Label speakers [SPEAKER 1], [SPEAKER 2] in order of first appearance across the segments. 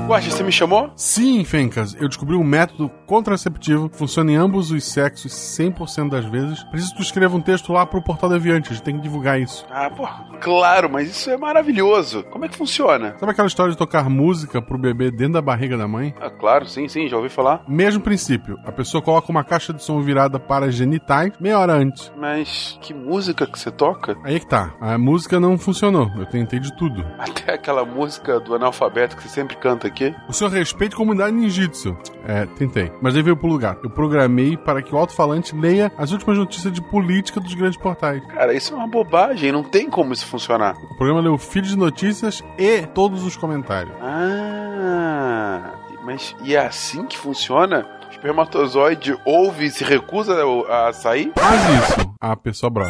[SPEAKER 1] Guaxa, você me chamou?
[SPEAKER 2] Sim, Fencas. Eu descobri um método contraceptivo que funciona em ambos os sexos 100% das vezes. Preciso que tu escreva um texto lá pro Portal Deviante. A gente tem que divulgar isso.
[SPEAKER 1] Ah, pô, claro, mas isso é maravilhoso. Como é que funciona?
[SPEAKER 2] Sabe aquela história de tocar música pro bebê dentro da barriga da mãe?
[SPEAKER 1] Ah, claro, sim, já ouvi falar.
[SPEAKER 2] Mesmo princípio. A pessoa coloca uma caixa de som virada para genitais meia hora antes.
[SPEAKER 1] Mas que música que você toca?
[SPEAKER 2] Aí é que tá. A música não funcionou. Eu tentei de tudo.
[SPEAKER 1] Até aquela música do analfabeto que você sempre canta aqui.
[SPEAKER 2] O senhor respeite a comunidade ninjitsu. Tentei. Mas daí veio pro lugar. Eu programei para que o alto-falante leia as últimas notícias de política dos grandes portais.
[SPEAKER 1] Cara, isso é uma bobagem. Não tem como isso funcionar.
[SPEAKER 2] O programa leu o feed de notícias e todos os comentários.
[SPEAKER 1] Ah, mas e é assim que funciona? O espermatozoide ouve e se recusa a sair?
[SPEAKER 2] Faz isso. A pessoa brocha.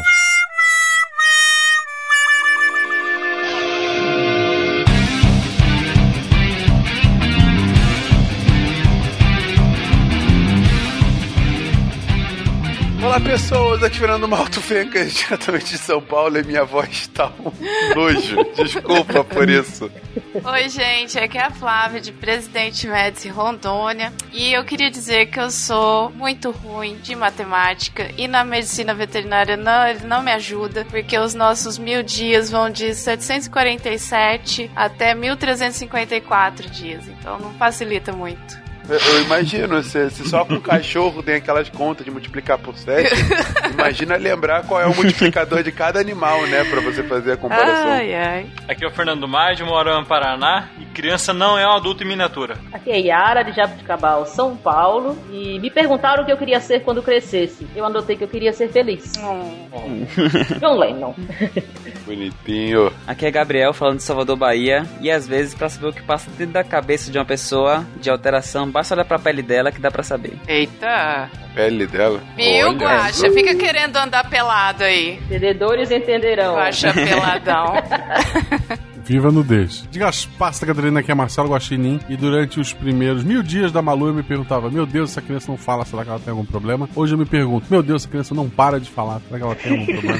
[SPEAKER 1] Olá pessoas, aqui Fernando Malto Fencas, diretamente de São Paulo, e minha voz tá um nojo, desculpa por isso.
[SPEAKER 3] Oi gente, aqui é a Flávia de Presidente Médici, Rondônia, e eu queria dizer que eu sou muito ruim de matemática e na medicina veterinária ele não me ajuda, porque os nossos 1000 dias vão de 747 até 1354 dias, então não facilita muito.
[SPEAKER 1] Eu imagino, se só com cachorro tem aquelas contas de multiplicar por 7, imagina lembrar qual é o multiplicador de cada animal, né, pra você fazer a comparação.
[SPEAKER 3] Ai.
[SPEAKER 4] Aqui é o Fernando Mais, de Moarama, Paraná, e criança não é um adulto em miniatura.
[SPEAKER 5] Aqui é Yara, de Jabuticabal, São Paulo, e me perguntaram o que eu queria ser quando crescesse. Eu anotei que eu queria ser feliz. John Lennon.
[SPEAKER 1] Bonitinho.
[SPEAKER 6] Aqui é Gabriel, falando de Salvador, Bahia, e às vezes, pra saber o que passa dentro da cabeça de uma pessoa de alteração, basta olhar pra pele dela que dá pra saber.
[SPEAKER 3] Eita.
[SPEAKER 1] A pele dela?
[SPEAKER 3] Viu, Guaxa? Fica querendo andar pelado aí.
[SPEAKER 5] Entendedores entenderão.
[SPEAKER 3] Guaxa peladão.
[SPEAKER 2] Viva a nudez. Diga as pastas, Catarina, que é Marcelo Guaxinim. E durante os primeiros 1000 dias da Malu, eu me perguntava: meu Deus, essa criança não fala, será que ela tem algum problema? Hoje eu me pergunto: meu Deus, essa criança não para de falar, será que ela tem algum problema?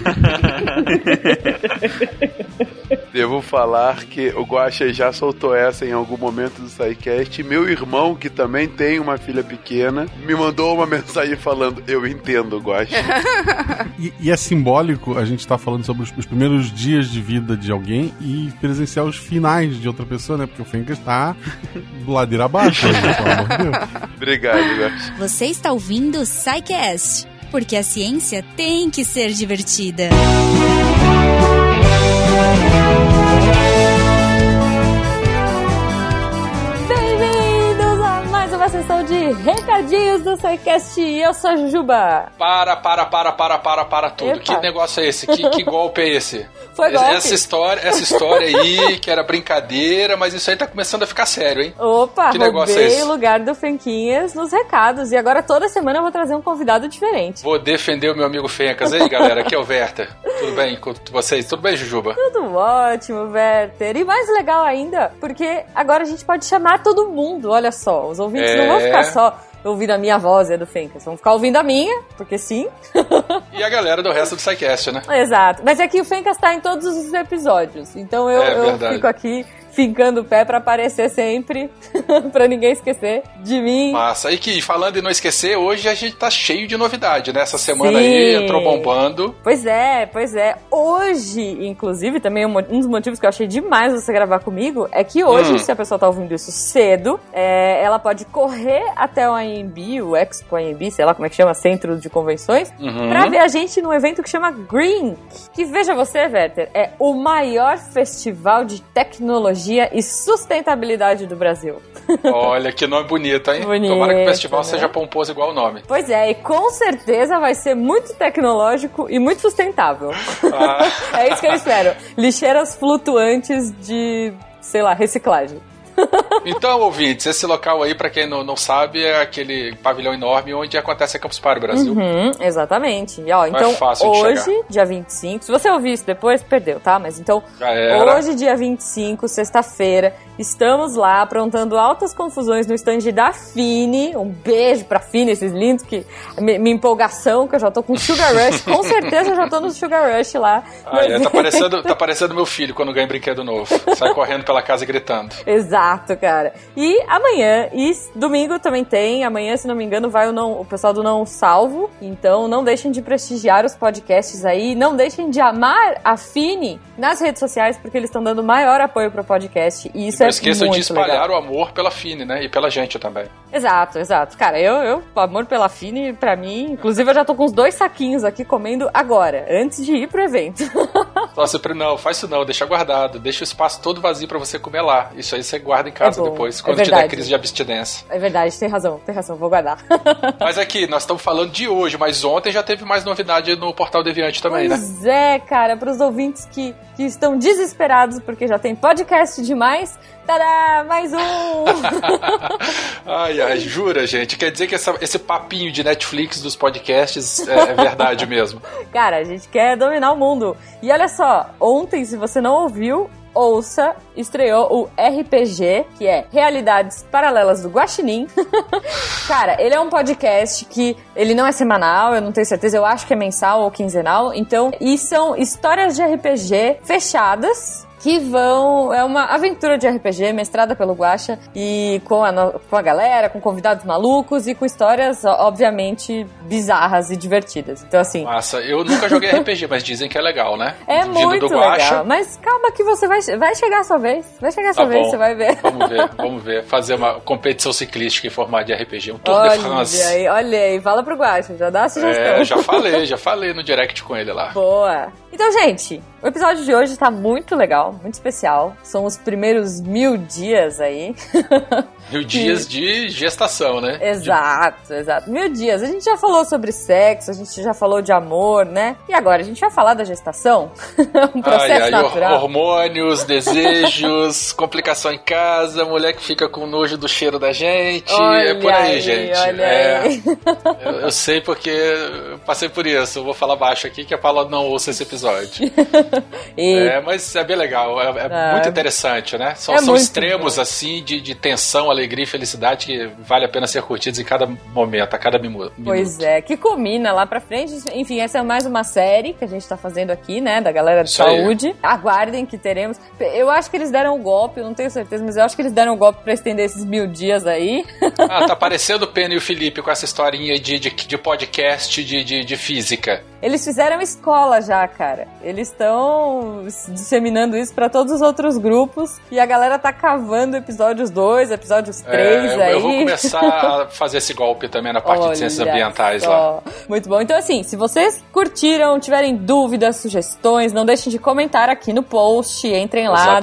[SPEAKER 1] Devo falar que o Guaxa já soltou essa em algum momento do SciCast. Meu irmão, que também tem uma filha pequena, me mandou uma mensagem falando: eu entendo, Guaxa.
[SPEAKER 2] E é simbólico a gente estar falando sobre os primeiros dias de vida de alguém e presenciar os finais de outra pessoa, né? Porque o Fencas tá ladeira abaixo, né? Pelo amor de Deus.
[SPEAKER 1] Obrigado, Guaxa.
[SPEAKER 7] Você está ouvindo o SciCast, porque a ciência tem que ser divertida.
[SPEAKER 5] Bem-vindos a mais uma sessão de recadinhos do SciCast. Eu sou a Jujuba.
[SPEAKER 4] Para tudo.
[SPEAKER 5] Epa.
[SPEAKER 4] Que negócio é esse? Que golpe é esse?
[SPEAKER 5] Foi golpe.
[SPEAKER 4] Essa história aí, que era brincadeira, mas isso aí tá começando a ficar sério, hein?
[SPEAKER 5] Opa,
[SPEAKER 4] Que negócio é
[SPEAKER 5] roubei
[SPEAKER 4] esse?
[SPEAKER 5] o lugar do Fenquinhas nos recados. E agora toda semana eu vou trazer um convidado diferente.
[SPEAKER 4] Vou defender o meu amigo Fencas. E aí, galera, aqui é o Werther. Tudo bem com vocês? Tudo bem, Jujuba?
[SPEAKER 5] Tudo ótimo, Werther. E mais legal ainda, porque agora a gente pode chamar todo mundo. Olha só, os ouvintes não vão ficar só ouvindo a minha voz e a do Fencas. Vão ficar ouvindo a minha, porque sim.
[SPEAKER 4] E a galera do resto do SciCast, né?
[SPEAKER 5] Exato. Mas é que o Fencas tá em todos os episódios. Então eu fico aqui fincando o pé pra aparecer sempre, pra ninguém esquecer de mim.
[SPEAKER 4] Massa. E que, falando em não esquecer, hoje a gente tá cheio de novidade, né? Essa semana aí entrou bombando.
[SPEAKER 5] Pois é. Hoje, inclusive, também um dos motivos que eu achei demais você gravar comigo é que hoje, se a pessoa tá ouvindo isso cedo, ela pode correr até o AMB, o Expo AMB, sei lá como é que chama, Centro de Convenções, pra ver a gente num evento que chama Green, que, veja você, Werther, é o maior festival de tecnologia e sustentabilidade do Brasil.
[SPEAKER 4] Olha, que nome bonito, hein?
[SPEAKER 5] Bonito,
[SPEAKER 4] tomara que o festival
[SPEAKER 5] né?
[SPEAKER 4] seja pomposo igual o nome.
[SPEAKER 5] Pois é, e com certeza vai ser muito tecnológico e muito sustentável. É isso que eu espero. Lixeiras flutuantes de, sei lá, reciclagem.
[SPEAKER 4] Então, ouvintes, esse local aí, pra quem não sabe, é aquele pavilhão enorme onde acontece a Campus Party Brasil.
[SPEAKER 5] Exatamente. E, ó, então,
[SPEAKER 4] fácil de
[SPEAKER 5] hoje,
[SPEAKER 4] chegar.
[SPEAKER 5] dia 25, se você ouvir isso depois, perdeu, tá? Mas então,
[SPEAKER 4] Já era.
[SPEAKER 5] hoje, dia 25, sexta-feira, estamos lá aprontando altas confusões no stand da Fini. Um beijo pra Fini, esses lindos, que minha empolgação, que eu já tô com Sugar Rush, com certeza eu já tô no Sugar Rush lá.
[SPEAKER 4] Tá parecendo meu filho quando ganha brinquedo novo. Sai correndo pela casa gritando.
[SPEAKER 5] Exato, cara. E amanhã e domingo também tem. Amanhã, se não me engano, vai o pessoal do Não Salvo. Então não deixem de prestigiar os podcasts aí. Não deixem de amar a Fini nas redes sociais, porque eles estão dando maior apoio pro podcast. E isso é muito legal. Não esqueçam
[SPEAKER 4] de espalhar o amor pela Fini, né? E pela gente também.
[SPEAKER 5] Exato. Cara, eu amor pela Fini, pra mim... Inclusive, eu já tô com os 2 saquinhos aqui comendo agora, antes de ir pro evento.
[SPEAKER 4] Nossa, não, faz isso não. Deixa guardado. Deixa o espaço todo vazio pra você comer lá. Isso aí você guarda em casa depois, quando tiver crise de abstinência.
[SPEAKER 5] É verdade, tem razão, vou guardar.
[SPEAKER 4] Mas aqui, nós estamos falando de hoje, mas ontem já teve mais novidade no Portal Deviante também,
[SPEAKER 5] pois né? Cara, pros ouvintes que estão desesperados porque já tem podcast demais, tadá, mais um!
[SPEAKER 4] Ai, jura, gente? Quer dizer que esse papinho de Netflix dos podcasts é verdade mesmo?
[SPEAKER 5] Cara, a gente quer dominar o mundo. E olha só, ontem, se você não ouviu, ouça, estreou o RPG, que é Realidades Paralelas do Guaxinim. Cara, ele é um podcast que ele não é semanal, eu não tenho certeza, eu acho que é mensal ou quinzenal. Então, e são histórias de RPG fechadas, que é uma aventura de RPG mestrada pelo Guaxa e com a galera, com convidados malucos e com histórias, obviamente, bizarras e divertidas. Então, assim...
[SPEAKER 4] Nossa, eu nunca joguei RPG, mas dizem que é legal, né?
[SPEAKER 5] É muito legal, mas calma que você vai chegar a sua vez. Vai chegar a sua vez, você vai ver.
[SPEAKER 4] Vamos ver. Fazer uma competição ciclística em formato de RPG, um Tour de France.
[SPEAKER 5] Olha aí, fala pro Guaxa, já dá a sugestão.
[SPEAKER 4] Já falei no direct com ele lá.
[SPEAKER 5] Boa. Então, gente, o episódio de hoje tá muito legal, muito especial. São os primeiros 1000 dias aí.
[SPEAKER 4] 1000 dias de gestação, né?
[SPEAKER 5] Exato. 1000 dias. A gente já falou sobre sexo, a gente já falou de amor, né? E agora, a gente vai falar da gestação? Um processo natural.
[SPEAKER 4] Hormônios, desejos, complicação em casa, mulher que fica com nojo do cheiro da gente.
[SPEAKER 5] Olha
[SPEAKER 4] é por aí, gente.
[SPEAKER 5] Aí.
[SPEAKER 4] Eu sei porque eu passei por isso. Eu vou falar baixo aqui que a Paula não ouça esse episódio. Mas é bem legal. É muito interessante, né? São extremos, bom. Assim, de tensão, alegria e felicidade que vale a pena ser curtidos em cada momento, a cada minuto.
[SPEAKER 5] Pois é, que combina lá pra frente. Enfim, essa é mais uma série que a gente tá fazendo aqui, né? Da galera de saúde. Aguardem que teremos. Eu acho que eles deram um golpe, eu não tenho certeza, mas eu acho que eles deram um golpe pra estender esses 1000 dias aí.
[SPEAKER 4] Tá parecendo o Pena e o Felipe com essa historinha de podcast de física.
[SPEAKER 5] Eles fizeram escola já, cara. Eles estão disseminando isso pra todos os outros grupos e a galera tá cavando episódios 2, episódios 3 aí.
[SPEAKER 4] Eu vou começar a fazer esse golpe também na parte de ciências ambientais lá.
[SPEAKER 5] Muito bom. Então, assim, se vocês curtiram, tiverem dúvidas, sugestões, não deixem de comentar aqui no post. Entrem lá,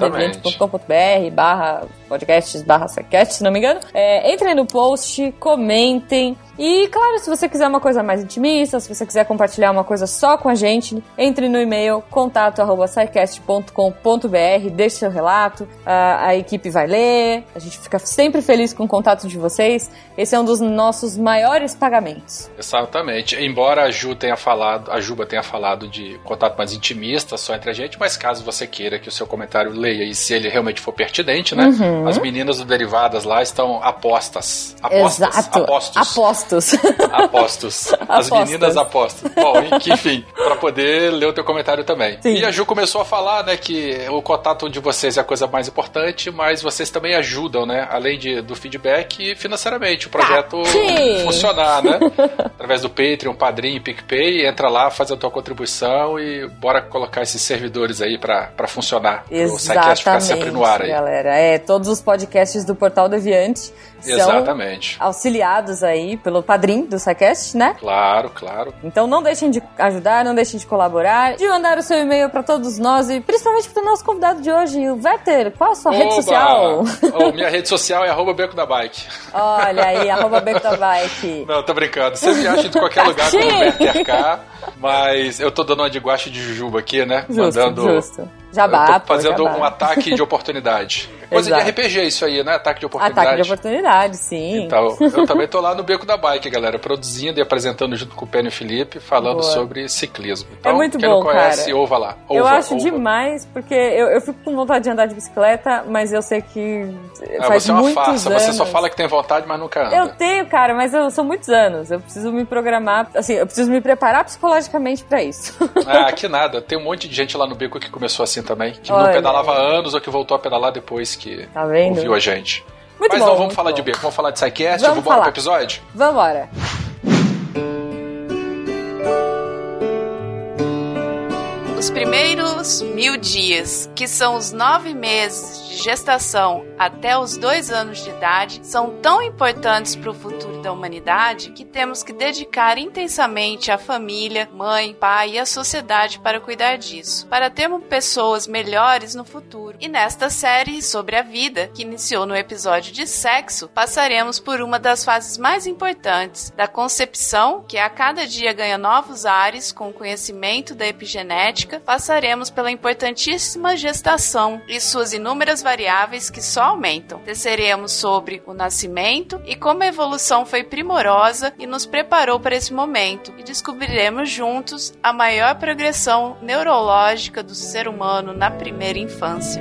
[SPEAKER 5] deviante.com.br/podcasts/sidecast, se não me engano. Entrem no post, comentem. E, claro, se você quiser uma coisa mais intimista, se você quiser compartilhar uma coisa só com a gente, entre no e-mail contato@sidecast.com.br, deixe seu relato, a equipe vai ler, a gente fica sempre feliz com o contato de vocês. Esse é um dos nossos maiores pagamentos.
[SPEAKER 4] Exatamente. Embora a Juba tenha falado de contato mais intimista, só entre a gente, mas caso você queira que o seu comentário leia e se ele realmente for pertinente, né? As meninas do Derivadas lá estão apostas.
[SPEAKER 5] Exato. Apostos.
[SPEAKER 4] As meninas apostas. Bom, enfim, pra poder ler o teu comentário também.
[SPEAKER 5] Sim.
[SPEAKER 4] E a Ju começou a falar, né, que o contato de vocês é a coisa mais importante, mas vocês também ajudam, né, além do feedback, financeiramente, o projeto funcionar, né? Através do Patreon, Padrim, PicPay, entra lá, faz a tua contribuição e bora colocar esses servidores aí pra funcionar.
[SPEAKER 5] Exatamente,
[SPEAKER 4] o SciCast ficar sempre no ar aí.
[SPEAKER 5] Galera. Todos os podcasts do Portal Deviante são auxiliados aí pelo padrinho do SciCast, né?
[SPEAKER 4] Claro.
[SPEAKER 5] Então não deixem de ajudar, não deixem de colaborar, de mandar o seu e-mail pra todos nós e principalmente pro nosso convidado de hoje, o Véter. Qual a sua rede social?
[SPEAKER 4] Minha rede social é @Beco da Bike.
[SPEAKER 5] Olha aí, @Beco da Bike.
[SPEAKER 4] Não, tô brincando. Você me acha de qualquer lugar como BTRK, mas eu tô dando uma de guache de Jujuba aqui, né?
[SPEAKER 5] Justo.
[SPEAKER 4] Jabá, eu tô fazendo um ataque de oportunidade. Coisa de RPG isso aí, né? Ataque de oportunidade.
[SPEAKER 5] Ataque de oportunidade, sim.
[SPEAKER 4] Então, eu também tô lá no Beco da Bike, galera, produzindo e apresentando junto com o Penny e o Felipe, falando sobre ciclismo. Então,
[SPEAKER 5] é muito
[SPEAKER 4] quem
[SPEAKER 5] bom,
[SPEAKER 4] não conhece,
[SPEAKER 5] cara.
[SPEAKER 4] ouva lá.
[SPEAKER 5] Eu acho demais, porque eu fico com vontade de andar de bicicleta, mas eu sei que faz
[SPEAKER 4] você é uma
[SPEAKER 5] muitos
[SPEAKER 4] farsa,
[SPEAKER 5] anos.
[SPEAKER 4] você só fala que tem vontade, mas nunca anda.
[SPEAKER 5] Eu tenho, cara, mas são muitos anos. Eu preciso me programar, assim, eu preciso me preparar psicologicamente pra isso.
[SPEAKER 4] Ah, que nada. Tem um monte de gente lá no Beco que começou assim também, que não pedalava há anos ou que voltou a pedalar depois que ouviu a gente.
[SPEAKER 5] Muito
[SPEAKER 4] mas
[SPEAKER 5] bom,
[SPEAKER 4] não vamos falar de Beco, vamos falar de SciCast, vamos embora pro episódio?
[SPEAKER 5] Vambora.
[SPEAKER 3] Os primeiros 1000 dias, que são os 9 meses de gestação até os 2 anos de idade, são tão importantes para o futuro da humanidade que temos que dedicar intensamente à família, mãe, pai e à sociedade para cuidar disso, para termos pessoas melhores no futuro. E nesta série sobre a vida, que iniciou no episódio de sexo, passaremos por uma das fases mais importantes, da concepção, que a cada dia ganha novos ares com o conhecimento da epigenética. Passaremos pela importantíssima gestação e suas inúmeras variáveis que só aumentam. Teceremos sobre o nascimento e como a evolução foi primorosa e nos preparou para esse momento. E descobriremos juntos a maior progressão neurológica do ser humano na primeira infância.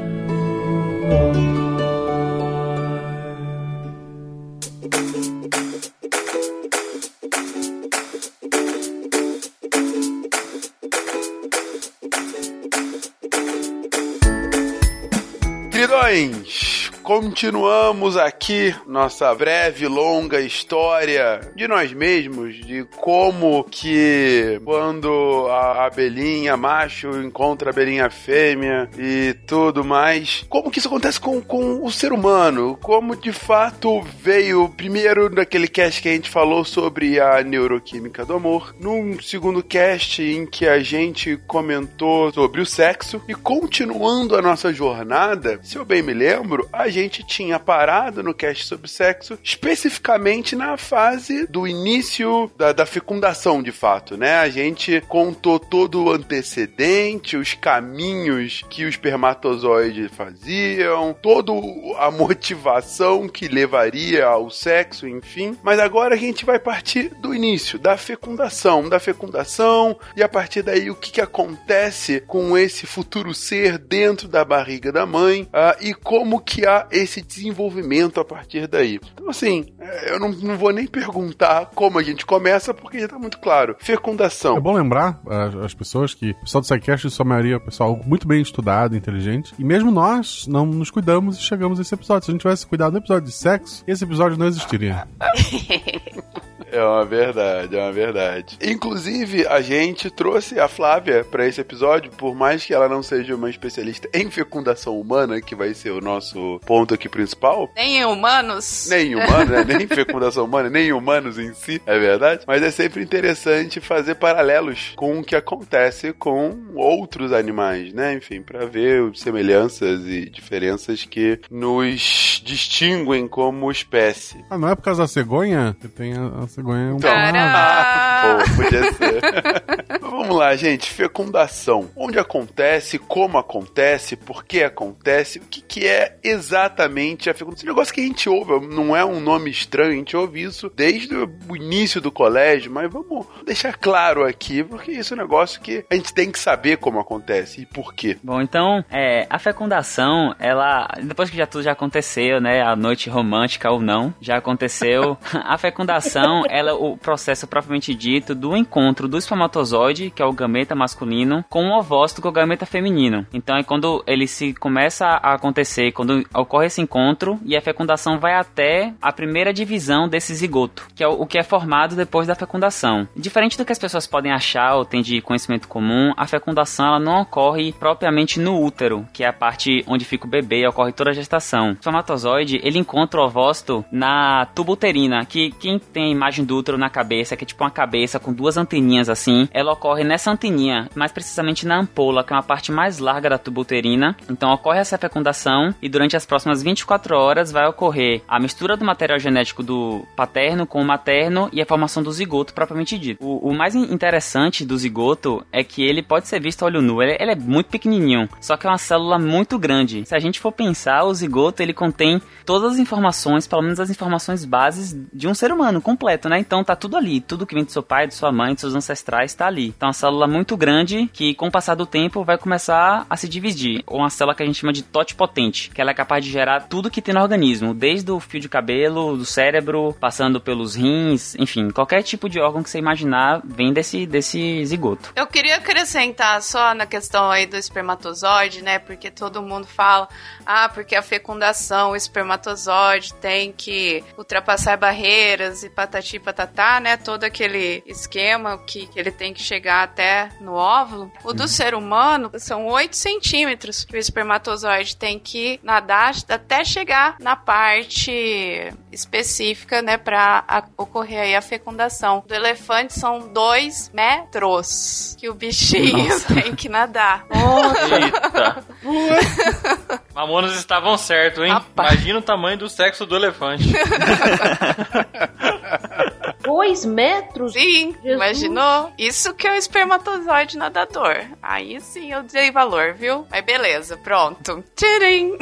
[SPEAKER 1] Queridões, continuamos aqui nossa breve, longa história de nós mesmos, de como que quando a abelhinha macho encontra a abelhinha fêmea e tudo mais, como que isso acontece com o ser humano, como de fato veio primeiro naquele cast que a gente falou sobre a neuroquímica do amor, num segundo cast em que a gente comentou sobre o sexo e continuando a nossa jornada, se eu bem me lembro, a gente tinha parado no cast sobre sexo, especificamente na fase do início da fecundação, de fato, né? A gente contou todo o antecedente, os caminhos que o espermatozoide faziam, toda a motivação que levaria ao sexo, enfim. Mas agora a gente vai partir do início, da fecundação, e a partir daí o que acontece com esse futuro ser dentro da barriga da mãe, e como que há esse desenvolvimento a partir daí. Então, assim, eu não vou nem perguntar como a gente começa, porque já tá muito claro. Fecundação.
[SPEAKER 2] É bom lembrar as pessoas que o pessoal do SciCast, em sua maioria, é um pessoal muito bem estudado, inteligente, e mesmo nós não nos cuidamos e chegamos a esse episódio. Se a gente tivesse cuidado do episódio de sexo, esse episódio não existiria.
[SPEAKER 1] É uma verdade. Inclusive, a gente trouxe a Flávia pra esse episódio, por mais que ela não seja uma especialista em fecundação humana, que vai ser o nosso ponto aqui principal.
[SPEAKER 3] Nem em humanos.
[SPEAKER 1] Nem em humanos, né? Nem em fecundação humana, nem em humanos em si, é verdade. Mas é sempre interessante fazer paralelos com o que acontece com outros animais, né? Enfim, pra ver semelhanças e diferenças que nos distinguem como espécie.
[SPEAKER 2] Ah, não é por causa da cegonha? Que tem a cegonha um
[SPEAKER 1] Pô, podia ser. Vamos lá, gente. Fecundação. Onde acontece, como acontece, por que acontece, o que é exatamente a fecundação. Esse negócio que a gente ouve não é um nome estranho, a gente ouve isso desde o início do colégio, mas vamos deixar claro aqui, porque isso é um negócio que a gente tem que saber como acontece e por quê.
[SPEAKER 6] Bom, então, a fecundação, ela, depois que tudo já aconteceu, né, a noite romântica ou não, já aconteceu, a fecundação, ela, o processo propriamente dito do encontro do espermatozoide, que é o gameta masculino, com o ovócito, que é o gameta feminino. Então é quando ele se começa a acontecer, quando ocorre esse encontro, e a fecundação vai até a primeira divisão desse zigoto, que é o que é formado depois da fecundação. Diferente do que as pessoas podem achar ou tem de conhecimento comum, a fecundação ela não ocorre propriamente no útero, que é a parte onde fica o bebê e ocorre toda a gestação. O espermatozoide, ele encontra o ovócito na tuba uterina, que quem tem a imagem do útero na cabeça, que é tipo uma cabeça cabeça com duas anteninhas assim, ela ocorre nessa anteninha, mais precisamente na ampola, que é uma parte mais larga da tuba uterina. Então ocorre essa fecundação e durante as próximas 24 horas vai ocorrer a mistura do material genético do paterno com o materno e a formação do zigoto propriamente dito. O mais interessante do zigoto é que ele pode ser visto a olho nu, ele é muito pequenininho, só que é uma célula muito grande. Se a gente for pensar, o zigoto ele contém todas as informações, pelo menos as informações bases de um ser humano completo, né? Então tá tudo ali, tudo que vem do seu pai, de sua mãe, de seus ancestrais tá ali. Então é uma célula muito grande que com o passar do tempo vai começar a se dividir. Uma célula que a gente chama de totipotente, que ela é capaz de gerar tudo que tem no organismo, desde o fio de cabelo, do cérebro, passando pelos rins, enfim, qualquer tipo de órgão que você imaginar vem desse zigoto.
[SPEAKER 3] Eu queria acrescentar só na questão aí do espermatozoide, né? Porque todo mundo fala, porque a fecundação, o espermatozoide tem que ultrapassar barreiras e patati patatá, né? Todo aquele esquema que ele tem que chegar até no óvulo. O do ser humano são 8 centímetros que o espermatozoide tem que nadar até chegar na parte específica, né? Pra ocorrer aí a fecundação. Do elefante são 2 metros que o bichinho tem que nadar.
[SPEAKER 8] Eita. Mamonas estavam certo, hein?
[SPEAKER 3] Rapaz.
[SPEAKER 8] Imagina o tamanho do sexo do elefante.
[SPEAKER 9] 2 metros?
[SPEAKER 3] Sim,
[SPEAKER 9] Jesus.
[SPEAKER 3] imaginou? Isso que é o espermatozoide nadador. Aí sim eu dei valor, viu? Mas beleza, pronto. Tcharam!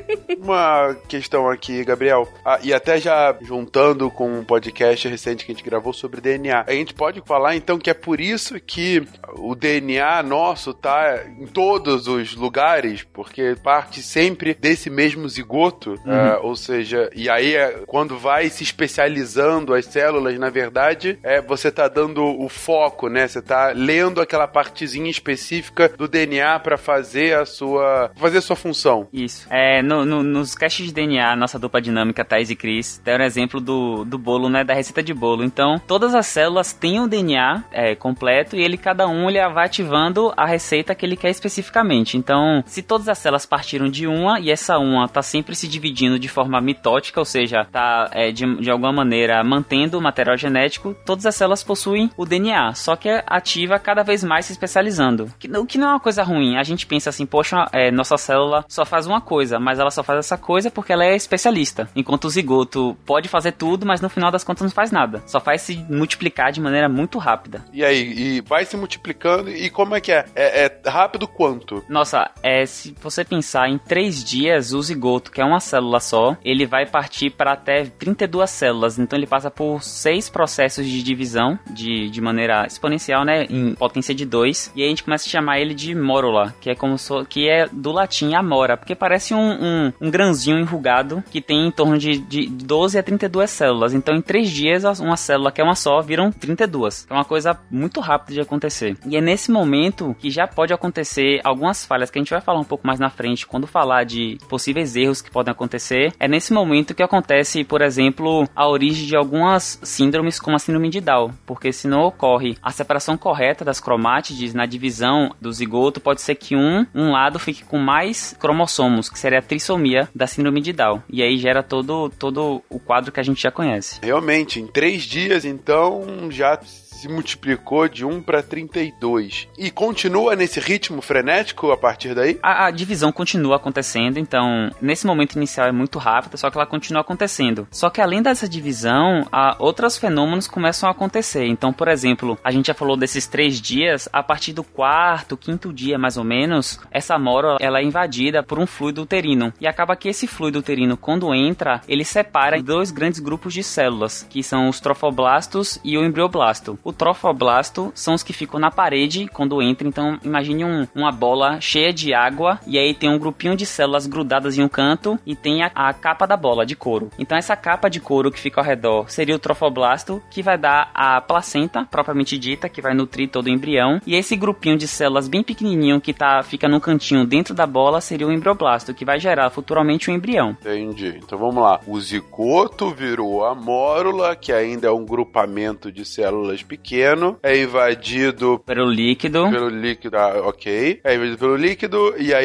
[SPEAKER 1] Uma questão aqui, Gabriel, e até já juntando com um podcast recente que a gente gravou sobre DNA, a gente pode falar então que é por isso que o DNA nosso tá em todos os lugares, porque parte sempre desse mesmo zigoto, ou seja, e aí quando vai se especializando as células, na verdade, você tá dando o foco, né? Você tá lendo aquela partezinha específica do DNA pra fazer a sua função.
[SPEAKER 6] Isso. Nos caches de DNA, nossa dupla dinâmica, Thaís e Cris, tem um exemplo do bolo, né? Da receita de bolo. Então, todas as células têm o DNA completo e cada um vai ativando a receita que ele quer especificamente. Então, se todas as células partiram de uma e essa uma tá sempre se dividindo de forma mitótica, ou seja, tá de alguma maneira mantendo o material genético, todas as células possuem o DNA, só que ativa cada vez mais se especializando. O que não é uma coisa ruim. A gente pensa assim, poxa, nossa célula só faz uma coisa, mas ela só faz essa coisa porque ela é especialista. Enquanto o zigoto pode fazer tudo, mas no final das contas não faz nada. Só faz se multiplicar de maneira muito rápida.
[SPEAKER 1] E aí, e vai se multiplicando, e como é que é? É rápido quanto?
[SPEAKER 6] Nossa, se você pensar em 3 dias, o zigoto, que é uma célula só, ele vai partir para até 32 células. Então ele passa por 6 processos de divisão de maneira exponencial, né, em potência de 2, e aí a gente começa a chamar ele de mórula, que é do latim amora, porque parece um grãozinho enrugado que tem em torno de 12 a 32 células. Então em 3 dias, uma célula que é uma só viram 32. É uma coisa muito rápida de acontecer. E é nesse momento que já pode acontecer algumas falhas, que a gente vai falar um pouco mais na frente, quando falar de possíveis erros que podem acontecer. É nesse momento que acontece, por exemplo, a origem de algumas síndromes, como a síndrome de Down, porque se não ocorre a separação correta das cromátides na divisão do zigoto, pode ser que um lado fique com mais cromossomos, que seria a trissomia da síndrome de Down, e aí gera todo o quadro que a gente já conhece.
[SPEAKER 1] Realmente, em 3 dias, então, já se multiplicou de 1 para 32. E continua nesse ritmo frenético a partir daí?
[SPEAKER 6] A divisão continua acontecendo, então, nesse momento inicial é muito rápida, só que ela continua acontecendo. Só que além dessa divisão, outros fenômenos começam a acontecer. Então, por exemplo, a gente já falou desses 3 dias, a partir do 4º, 5º dia, mais ou menos, essa mórula, ela é invadida por um fluido uterino. E acaba que esse fluido uterino, quando entra, ele separa 2 grandes grupos de células, que são os trofoblastos e o embrioblasto. O trofoblasto são os que ficam na parede quando entra. Então imagine uma bola cheia de água e aí tem um grupinho de células grudadas em um canto e tem a capa da bola de couro. Então essa capa de couro que fica ao redor seria o trofoblasto, que vai dar a placenta propriamente dita, que vai nutrir todo o embrião, e esse grupinho de células bem pequenininho que fica num cantinho dentro da bola seria o embrioblasto, que vai gerar futuramente um embrião.
[SPEAKER 1] Entendi. Então vamos lá. O zigoto virou a mórula, que ainda é um grupamento de células pequeno, é invadido
[SPEAKER 6] pelo líquido.
[SPEAKER 1] Ok. É invadido pelo líquido, e aí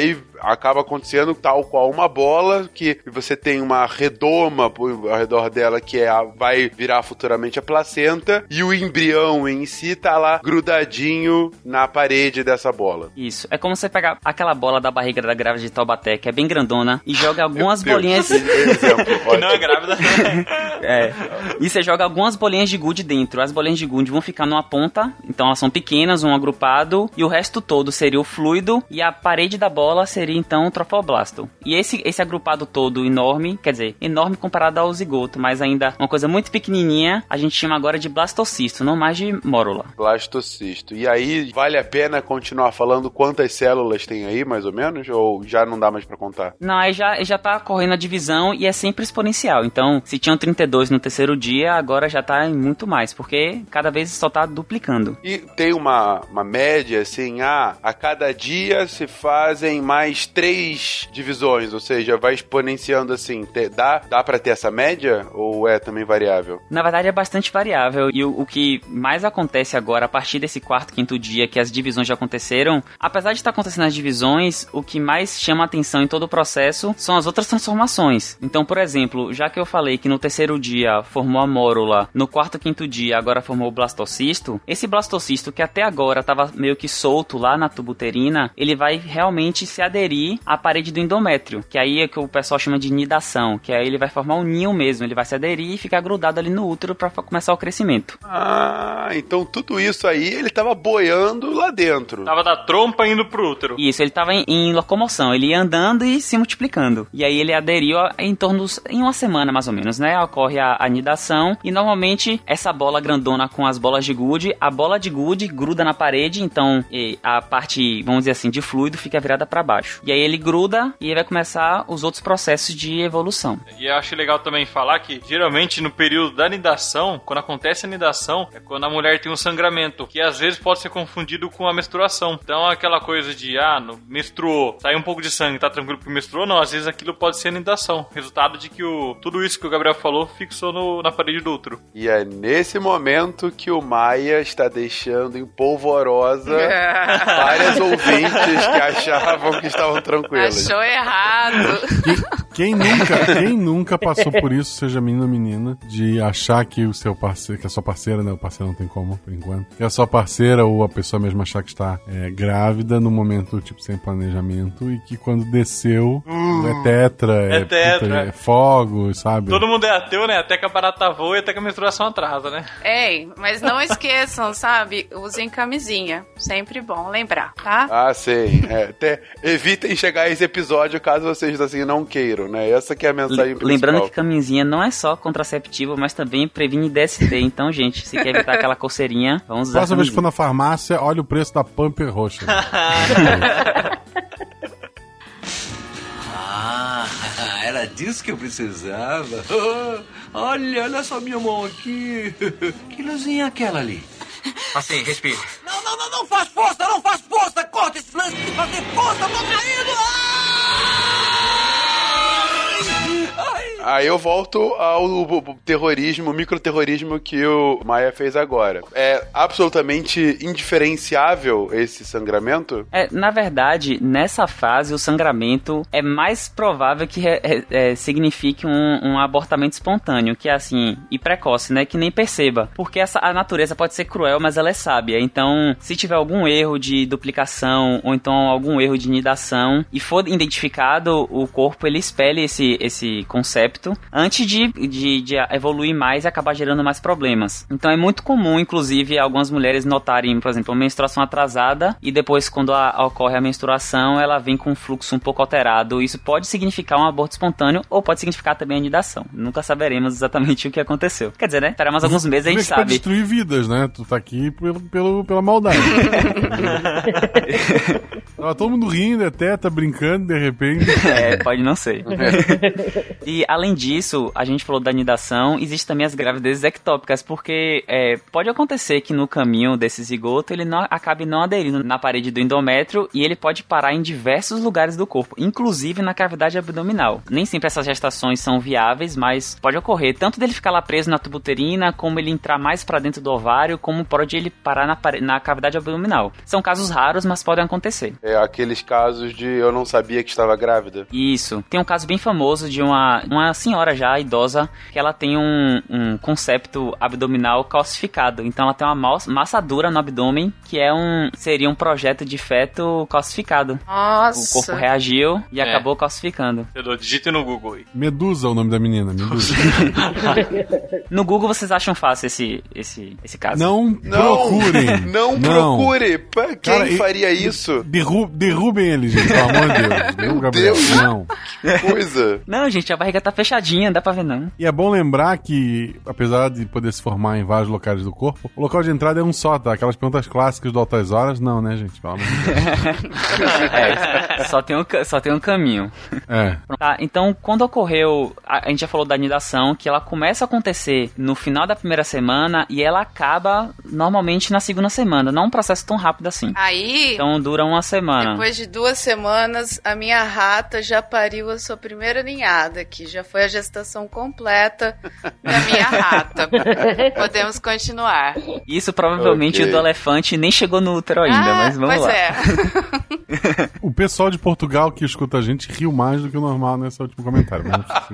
[SPEAKER 1] acaba acontecendo tal qual uma bola, que você tem uma redoma ao redor dela que vai virar futuramente a placenta, e o embrião em si tá lá grudadinho na parede dessa bola.
[SPEAKER 6] Isso. É como você pegar aquela bola da barriga da grávida de Taubaté, que é bem grandona, e joga algumas bolinhas...
[SPEAKER 8] Que não é grávida.
[SPEAKER 6] E você joga algumas bolinhas de gude dentro. As bolinhas de gude vão ficar numa ponta, então elas são pequenas, um agrupado, e o resto todo seria o fluido, e a parede da bola seria então o trofoblasto. E esse agrupado todo enorme, quer dizer, enorme comparado ao zigoto, mas ainda uma coisa muito pequenininha, a gente chama agora de blastocisto, não mais de mórula.
[SPEAKER 1] Blastocisto. E aí, vale a pena continuar falando quantas células tem aí, mais ou menos? Ou já não dá mais pra contar?
[SPEAKER 6] Não, aí já tá correndo a divisão e é sempre exponencial. Então, se tinham 32 no terceiro dia, agora já tá em muito mais, porque cada vez só tá duplicando.
[SPEAKER 1] E tem uma média, assim, a cada dia se fazem mais 3 divisões, ou seja, vai exponenciando assim. Dá pra ter essa média ou é também variável?
[SPEAKER 6] Na verdade é bastante variável, e o que mais acontece agora, a partir desse quarto, quinto dia que as divisões já aconteceram, apesar de estar acontecendo as divisões, o que mais chama a atenção em todo o processo são as outras transformações. Então, por exemplo, já que eu falei que no terceiro dia formou a mórula, no quarto, quinto dia agora formou o blastocisto, esse blastocisto que até agora estava meio que solto lá na tuba uterina, ele vai realmente se aderir à parede do endométrio, que aí é que o pessoal chama de nidação, que aí ele vai formar um ninho mesmo, ele vai se aderir e ficar grudado ali no útero para começar o crescimento.
[SPEAKER 1] Ah, então tudo isso aí ele tava boiando lá dentro.
[SPEAKER 8] Tava da trompa indo pro útero.
[SPEAKER 6] Isso, ele tava em locomoção, ele ia andando e se multiplicando. E aí ele aderiu em uma semana mais ou menos, né? Ocorre a nidação e normalmente essa bola grandona com as bolas de gude, a bola de gude gruda na parede, então a parte, vamos dizer assim, de fluido fica virada para baixo. E aí ele gruda e aí vai começar os outros processos de evolução.
[SPEAKER 8] E eu acho legal também falar que geralmente no período da nidação, quando acontece a nidação, é quando a mulher tem um sangramento, que às vezes pode ser confundido com a menstruação. Então aquela coisa de, menstruou, saiu um pouco de sangue, tá tranquilo porque menstruou, não, às vezes aquilo pode ser nidação. Resultado de que tudo isso que o Gabriel falou fixou na parede do útero.
[SPEAKER 1] E é nesse momento que o Maia está deixando em polvorosa várias ouvintes que achavam que estavam tranquilas.
[SPEAKER 3] Achou errado.
[SPEAKER 2] Quem nunca passou por isso, seja menino ou menina, de achar que o seu parceiro, que a sua parceira, né? O parceiro não tem como, por enquanto. Que a sua parceira ou a pessoa mesmo achar que está grávida no momento, tipo, sem planejamento, e que quando desceu, é tetra, é fogo, sabe?
[SPEAKER 8] Todo mundo é ateu, né? Até que a barata voa e até que a menstruação atrasa, né?
[SPEAKER 3] Ei, mas não esqueçam, sabe? Usem camisinha. Sempre bom lembrar, tá?
[SPEAKER 1] Ah, sim. Até evitem chegar a esse episódio caso vocês, assim, não queiram, né? Essa que é a mensagem principal.
[SPEAKER 6] Lembrando que camisinha não é só contraceptivo, mas também previne DST. Então, gente, se quer evitar aquela coceirinha, vamos usar
[SPEAKER 2] próxima vez que for na farmácia, olha o preço da Pamper roxa.
[SPEAKER 10] Era disso que eu precisava. Olha só minha mão aqui. Que luzinha é aquela ali?
[SPEAKER 11] Assim, respira.
[SPEAKER 10] Não faz força, corta esse lance de fazer força, tô caindo.
[SPEAKER 1] Aí eu volto ao terrorismo, microterrorismo que o Maia fez agora. É absolutamente indiferenciável esse sangramento?
[SPEAKER 6] Na verdade, nessa fase, o sangramento é mais provável que signifique um abortamento espontâneo, que é assim, e precoce, né? Que nem perceba. Porque a natureza pode ser cruel, mas ela é sábia. Então, se tiver algum erro de duplicação, ou então algum erro de nidação, e for identificado, o corpo, ele expele esse concepto antes de evoluir mais e acabar gerando mais problemas. Então é muito comum, inclusive, algumas mulheres notarem, por exemplo, uma menstruação atrasada e depois, quando ocorre a menstruação, ela vem com um fluxo um pouco alterado. Isso pode significar um aborto espontâneo ou pode significar também a nidação. Nunca saberemos exatamente o que aconteceu. Quer dizer, né? Esperar mais alguns meses a gente sabe.
[SPEAKER 2] Pra destruir vidas, né? Tu tá aqui pela maldade. Tava todo mundo rindo, até tá brincando, de repente.
[SPEAKER 6] Pode não ser. E além além disso, a gente falou da anidação, existe também as gravidezes ectópicas, porque pode acontecer que no caminho desse zigoto ele acabe não aderindo na parede do endométrio e ele pode parar em diversos lugares do corpo, inclusive na cavidade abdominal. Nem sempre essas gestações são viáveis, mas pode ocorrer tanto dele ficar lá preso na tuba uterina, como ele entrar mais pra dentro do ovário, como pode ele parar na cavidade abdominal. São casos raros, mas podem acontecer.
[SPEAKER 1] É aqueles casos de eu não sabia que estava grávida.
[SPEAKER 6] Isso. Tem um caso bem famoso de uma senhora já idosa que ela tem um concepto abdominal calcificado. Então ela tem uma massa dura no abdômen que seria um projeto de feto calcificado.
[SPEAKER 3] Nossa.
[SPEAKER 6] O corpo reagiu e acabou calcificando.
[SPEAKER 8] Digite no Google aí.
[SPEAKER 2] Medusa é o nome da menina, Medusa.
[SPEAKER 6] No Google vocês acham fácil esse caso?
[SPEAKER 2] Não procurem.
[SPEAKER 1] Não procure. Quem
[SPEAKER 2] Cara,
[SPEAKER 1] faria isso?
[SPEAKER 2] Derrubem ele, gente, pelo amor de Deus.
[SPEAKER 1] Meu Deus.
[SPEAKER 2] Não.
[SPEAKER 1] Que coisa.
[SPEAKER 6] Não, gente, a barriga tá fechadinha, não dá pra ver não.
[SPEAKER 2] E é bom lembrar que, apesar de poder se formar em vários locais do corpo, o local de entrada é um só, tá? Aquelas perguntas clássicas do Altas Horas, não, né, gente? Pelo amor de Deus.
[SPEAKER 6] Só tem um caminho. Tá, então, quando ocorreu, a gente já falou da anidação, que ela começa a acontecer no final da primeira semana e ela acaba normalmente na segunda semana, não é um processo tão rápido assim.
[SPEAKER 3] Aí,
[SPEAKER 6] então dura uma semana.
[SPEAKER 3] Depois de 2 semanas, a minha rata já pariu a sua primeira ninhada, que já foi a gestação completa da minha rata. Podemos continuar.
[SPEAKER 6] Isso provavelmente o do elefante nem chegou no útero ainda, mas vamos lá.
[SPEAKER 2] O pessoal de Portugal que escuta a gente riu mais do que o normal nesse último comentário.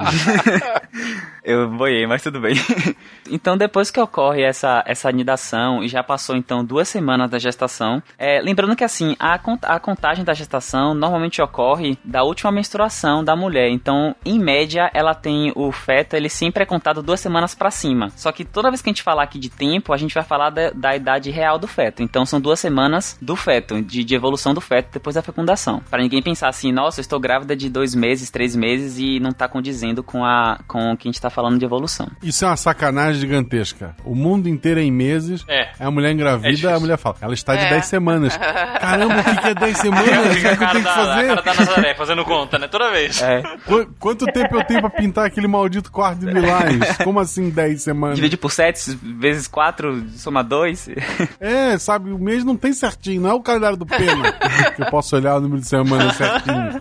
[SPEAKER 6] Eu boiei, mas tudo bem. Então, depois que ocorre essa anidação, e já passou, então, 2 semanas da gestação, lembrando que, assim, a contagem da gestação normalmente ocorre da última menstruação da mulher. Então, em média, ela tem o feto, ele sempre é contado 2 semanas pra cima. Só que toda vez que a gente falar aqui de tempo, a gente vai falar da idade real do feto. Então, são 2 semanas do feto, de evolução do feto depois da fecundação. Pra ninguém pensar assim, nossa, eu estou grávida de 2 meses, 3 meses e não tá condizendo com o que a gente tá falando de evolução.
[SPEAKER 2] Isso é uma sacanagem gigantesca. O mundo inteiro é em meses, a mulher engravida, a mulher fala, ela está de 10 semanas. Caramba, o que é 10 semanas?
[SPEAKER 8] Fica a cara da Nazaré fazendo conta, né? Toda vez.
[SPEAKER 2] Quanto tempo eu tenho pra pintar aquele maldito quarto de Lilás? Como assim 10 semanas?
[SPEAKER 6] Divide por 7 vezes 4, soma 2.
[SPEAKER 2] Sabe, o mês não tem certinho, não é o calendário do Pena que eu posso olhar o número de semanas certinho.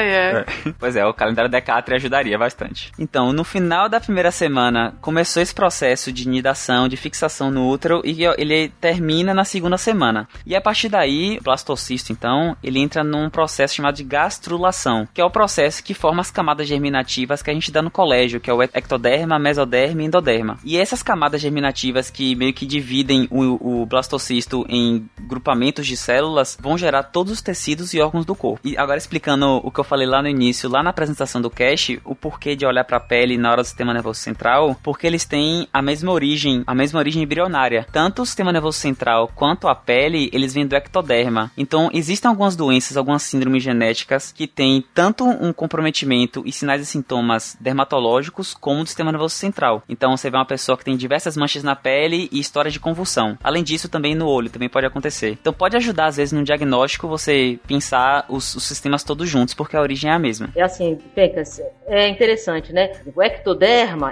[SPEAKER 6] Pois é, o calendário Decatur ajudaria bastante. Então, no final da primeira semana, começou esse processo de nidação, de fixação no útero, e ele termina na segunda semana. E a partir daí, o blastocisto, então, ele entra num processo chamado de gastrulação, que é o processo que forma as camadas germinativas que a gente dá no colégio, que é o ectoderma, mesoderma e endoderma. E essas camadas germinativas que meio que dividem o blastocisto em grupamentos de células, vão gerar todos os tecidos e órgãos do corpo. E agora explicando o que eu falei lá no início, lá na apresentação do cast, o porquê de olhar para a pele na hora do sistema nervoso central, porque eles têm a mesma origem embrionária. Tanto o sistema nervoso central quanto a pele, eles vêm do ectoderma. Então, existem algumas doenças, algumas síndromes genéticas que têm tanto um comprometimento e sinais e sintomas dermatológicos como do sistema nervoso central. Então, você vê uma pessoa que tem diversas manchas na pele e história de convulsão. Além disso, também no olho, também pode acontecer. Então, pode ajudar, às vezes, no diagnóstico, você pensar os sistemas todos juntos, porque a origem é a mesma.
[SPEAKER 9] É assim, Pecas, é interessante, né? O ectoderma,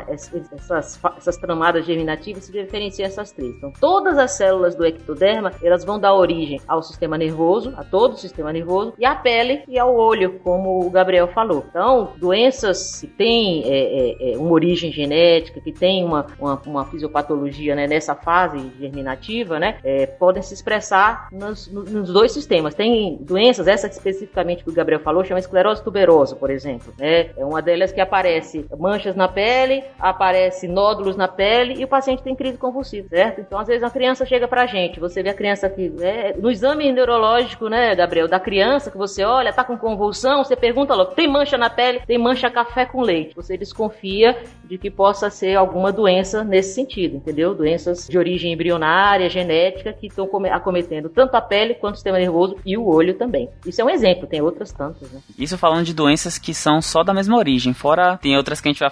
[SPEAKER 9] essas tramadas germinativas se diferenciam essas 3. Então, todas as células do ectoderma, elas vão dar origem ao sistema nervoso, a todo o sistema nervoso, e à pele e ao olho, como o Gabriel falou. Então, doenças que têm uma origem genética, que têm uma fisiopatologia, né, nessa fase germinativa, né, podem se expressar nos 2 sistemas. Tem doenças, essa especificamente que o Gabriel falou, chama esclerose tuberosa, por exemplo. É uma delas que aparece manchas na pele, aparece nódulos na pele e o paciente tem crise convulsiva, certo? Então, às vezes, a criança chega pra gente, você vê a criança que... no exame neurológico, né, Gabriel, da criança que você olha, tá com convulsão, você pergunta logo, tem mancha na pele? Tem mancha café com leite. Você desconfia de que possa ser alguma doença nesse sentido, entendeu? Doenças de origem embrionária, genética, que estão acometendo tanto a pele quanto o sistema nervoso e o olho também. Isso é um exemplo, tem outras tantas, né?
[SPEAKER 6] Isso falando de doenças que são só da mesma origem, fora tem outras que a gente vai falar mais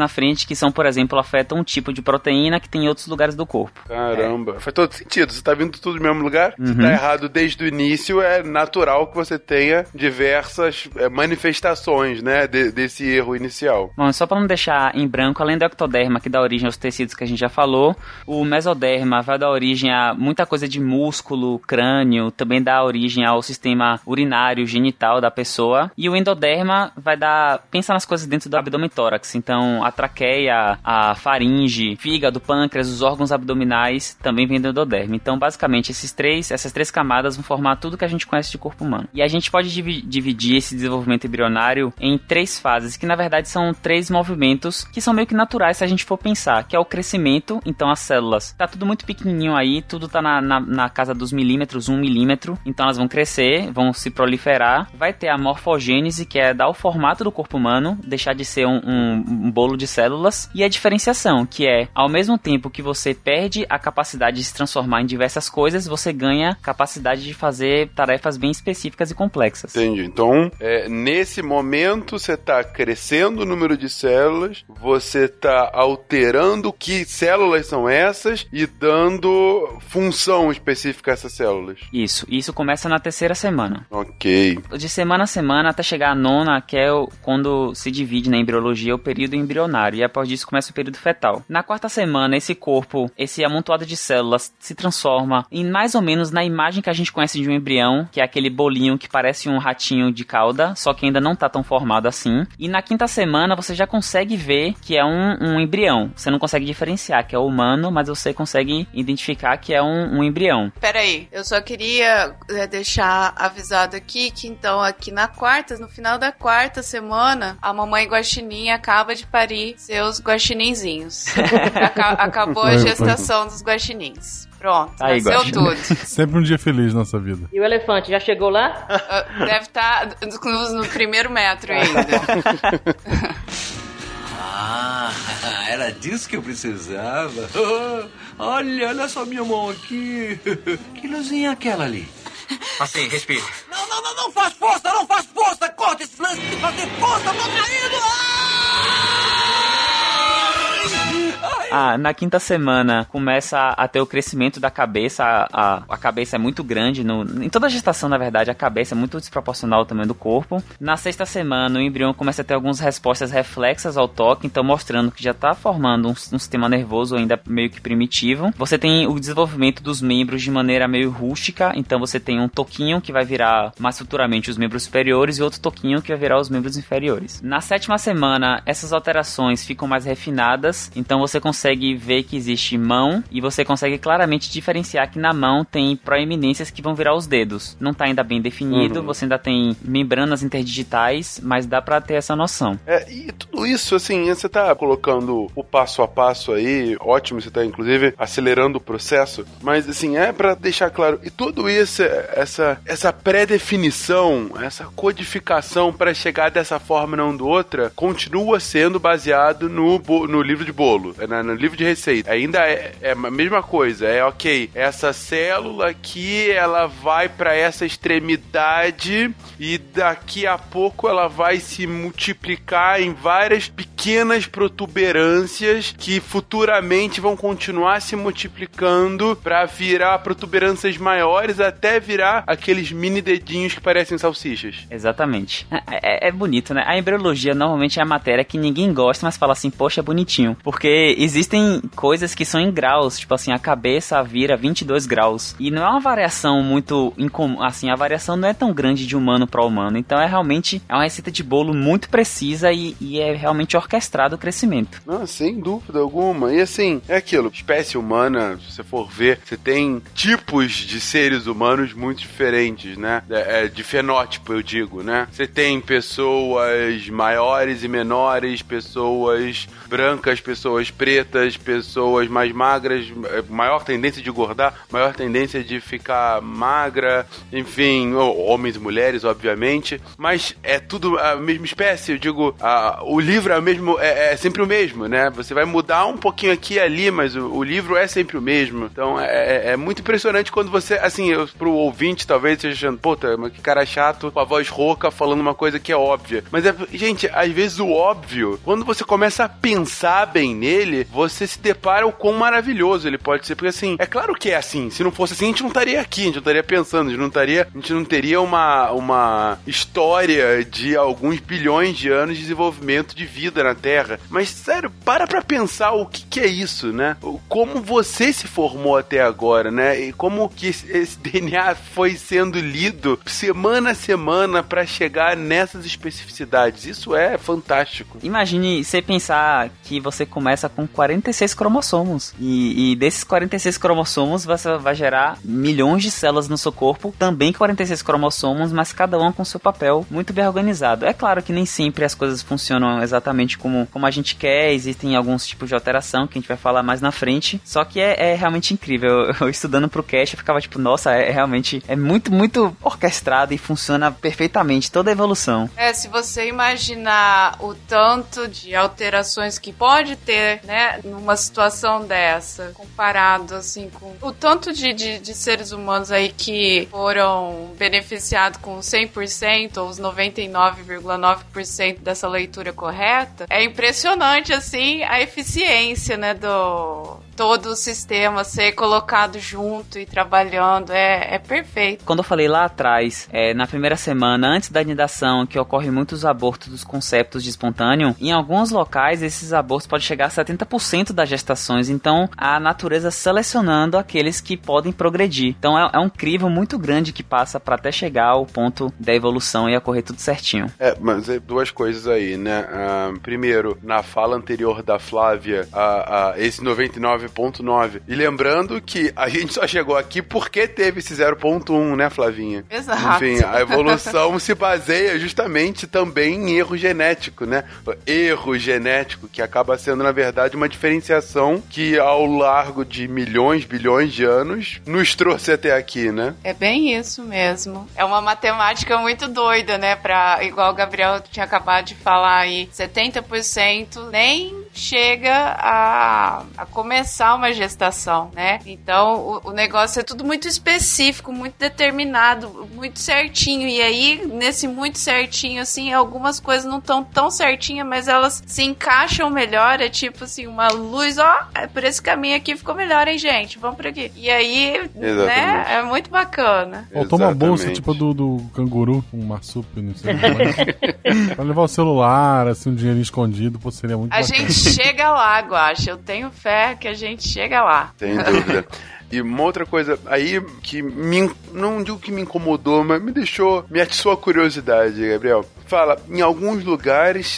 [SPEAKER 6] na frente que são, por exemplo, afetam um tipo de proteína que tem em outros lugares do corpo.
[SPEAKER 1] Caramba, faz todo sentido. Você tá vindo tudo do mesmo lugar, você tá errado desde o início, é natural que você tenha diversas manifestações, né, desse erro inicial.
[SPEAKER 6] Bom, só para não deixar em branco, além do ectoderma, que dá origem aos tecidos que a gente já falou, o mesoderma vai dar origem a muita coisa de músculo, crânio, também dá origem ao sistema urinário, genital da pessoa, e o endoderma vai dar, pensa nas coisas dentro do abdômen tórax, então a traqueia, a faringe, fígado, pâncreas, os órgãos abdominais também vêm do endoderma. Então, basicamente, essas três camadas vão formar tudo que a gente conhece de corpo humano. E a gente pode dividir esse desenvolvimento embrionário em 3 fases, que na verdade são 3 movimentos que são meio que naturais se a gente for pensar, que é o crescimento, então as células, tá tudo muito pequenininho aí, tudo tá na casa dos milímetros, 1 milímetro, então elas vão crescer, vão se proliferar, vai ter a morfogênese, que é dar o formato do corpo humano, deixar de ser um bolo de células, e a diferenciação, que é, ao mesmo tempo que você perde a capacidade de se transformar em diversas coisas, você ganha capacidade de fazer tarefas bem específicas e complexas.
[SPEAKER 1] Entendi. Então, nesse momento, você tá crescendo o número de células, você tá alterando que células são essas e dando função específica a essas células.
[SPEAKER 6] Isso começa na 3ª semana.
[SPEAKER 1] Ok.
[SPEAKER 6] De semana a semana até chegar à 9ª, que é quando se divide na embriologia o período embrionário, e após disso começa o período fetal. Na 4ª semana, esse corpo, esse amontoado de células se transforma em mais ou menos na imagem que a gente conhece de um embrião, que é aquele bolinho que parece um ratinho de cauda, só que ainda não tá tão formado assim. E na 5ª semana você já consegue ver que é um embrião. Você não consegue diferenciar que é humano, mas você consegue identificar que é um embrião.
[SPEAKER 3] Peraí, eu só queria deixar avisado aqui que então aqui no final da 4ª semana, a mamãe guaxininha acaba de parir seus guaxininzinhos. Acabou a gestação dos guaxinins. Pronto,
[SPEAKER 6] aí,
[SPEAKER 3] nasceu tudo.
[SPEAKER 2] Sempre um dia feliz na nossa vida.
[SPEAKER 9] E o elefante, já chegou lá?
[SPEAKER 3] Deve estar no primeiro metro ainda.
[SPEAKER 10] Era disso que eu precisava. Olha só minha mão aqui. Que luzinha é aquela ali?
[SPEAKER 11] Assim, respire.
[SPEAKER 10] Não faz força, corta esse lance de fazer força, tô caindo.
[SPEAKER 6] Na 5ª semana começa a ter o crescimento da cabeça, a cabeça é muito grande, em toda a gestação, na verdade, a cabeça é muito desproporcional ao tamanho do corpo. Na 6ª semana, o embrião começa a ter algumas respostas reflexas ao toque, então mostrando que já está formando um sistema nervoso ainda meio que primitivo. Você tem o desenvolvimento dos membros de maneira meio rústica, então você tem um toquinho que vai virar mais futuramente os membros superiores e outro toquinho que vai virar os membros inferiores. Na 7ª semana, essas alterações ficam mais refinadas, então você consegue ver que existe mão e você consegue claramente diferenciar que na mão tem proeminências que vão virar os dedos. Não está ainda bem definido, você ainda tem membranas interdigitais, mas dá pra ter essa noção.
[SPEAKER 1] E tudo isso, assim, você tá colocando o passo a passo aí, ótimo, você tá inclusive acelerando o processo, mas assim, pra deixar claro, e tudo isso, essa pré-definição, essa codificação pra chegar dessa forma e não do outra, continua sendo baseado no livro de bolo, no livro de receita. Ainda é a mesma coisa, ok, essa célula aqui, ela vai pra essa extremidade e daqui a pouco ela vai se multiplicar em várias pequenas protuberâncias que futuramente vão continuar se multiplicando pra virar protuberâncias maiores até virar aqueles mini dedinhos que parecem salsichas.
[SPEAKER 6] Exatamente. É bonito, né? A embriologia normalmente é a matéria que ninguém gosta, mas fala assim, poxa, é bonitinho. Porque existem coisas que são em graus, tipo assim, a cabeça vira 22 graus. E não é uma variação muito incomum, assim, a variação não é tão grande de humano para humano. Então é realmente uma receita de bolo muito precisa e é realmente orquestrado o crescimento.
[SPEAKER 1] Não, sem dúvida alguma. E assim, é aquilo, espécie humana, se você for ver, você tem tipos de seres humanos muito diferentes, né? De fenótipo, eu digo, né? Você tem pessoas maiores e menores, pessoas brancas, pessoas pretas, pretas, pessoas mais magras, maior tendência de engordar, maior tendência de ficar magra, enfim, homens e mulheres, obviamente, mas é tudo a mesma espécie, eu digo, o livro é sempre o mesmo, né? Você vai mudar um pouquinho aqui e ali, mas o livro é sempre o mesmo. Então é muito impressionante quando você, assim, pro ouvinte talvez esteja achando, puta, que cara chato, com a voz rouca, falando uma coisa que é óbvia. Mas, gente, às vezes o óbvio, quando você começa a pensar bem nele, você se depara o quão maravilhoso ele pode ser. Porque, assim, é claro que é assim. Se não fosse assim, a gente não estaria aqui, a gente não estaria pensando, a gente não teria uma história de alguns bilhões de anos de desenvolvimento de vida na Terra. Mas, sério, para pra pensar o que é isso, né? Como você se formou até agora, né? E como que esse DNA foi sendo lido semana a semana pra chegar nessas especificidades. Isso é fantástico.
[SPEAKER 6] Imagine você pensar que você começa com 46 cromossomos. E desses 46 cromossomos você vai gerar milhões de células no seu corpo, também 46 cromossomos, mas cada um com seu papel muito bem organizado. É claro que nem sempre as coisas funcionam exatamente como a gente quer, existem alguns tipos de alteração que a gente vai falar mais na frente, só que é realmente incrível. Eu estudando pro cast, eu ficava tipo, nossa, realmente é muito, muito orquestrado e funciona perfeitamente, toda a evolução.
[SPEAKER 3] Se você imaginar o tanto de alterações que pode ter, né, numa situação dessa, comparado, assim, com o tanto de seres humanos aí que foram beneficiados com 100% ou os 99,9% dessa leitura correta, é impressionante, assim, a eficiência, né, todo o sistema ser colocado junto e trabalhando, é perfeito.
[SPEAKER 6] Quando eu falei lá atrás, na primeira semana, antes da anidação, que ocorrem muitos abortos dos conceptos de espontâneo, em alguns locais esses abortos podem chegar a 70% das gestações, então a natureza selecionando aqueles que podem progredir. Então é um crivo muito grande que passa para até chegar ao ponto da evolução e ocorrer tudo certinho.
[SPEAKER 1] Mas duas coisas aí, né? Primeiro, na fala anterior da Flávia, esse 99,9. E lembrando que a gente só chegou aqui porque teve esse 0,1, né, Flavinha?
[SPEAKER 3] Exato.
[SPEAKER 1] Enfim, a evolução se baseia justamente também em erro genético, né? Erro genético, que acaba sendo, na verdade, uma diferenciação que ao largo de milhões, bilhões de anos nos trouxe até aqui, né?
[SPEAKER 3] É bem isso mesmo. É uma matemática muito doida, né? Igual o Gabriel tinha acabado de falar aí, 70% nem chega a começar uma gestação, né? Então, o negócio é tudo muito específico, muito determinado, muito certinho. E aí, nesse muito certinho, assim, algumas coisas não estão tão certinhas, mas elas se encaixam melhor. É tipo assim, uma luz, por esse caminho aqui ficou melhor, hein, gente? Vamos por aqui. E aí, né? É muito bacana.
[SPEAKER 2] Toma uma bolsa tipo do canguru, um marsúpio, não sei. Pra levar o celular, assim, um dinheirinho escondido, pô, seria muito bacana.
[SPEAKER 3] A gente chega lá, Guaxa. Eu tenho fé que a gente chega lá.
[SPEAKER 1] Sem dúvida. E uma outra coisa aí que não digo que me incomodou, mas me atiçou a curiosidade, Gabriel. Fala, em alguns lugares,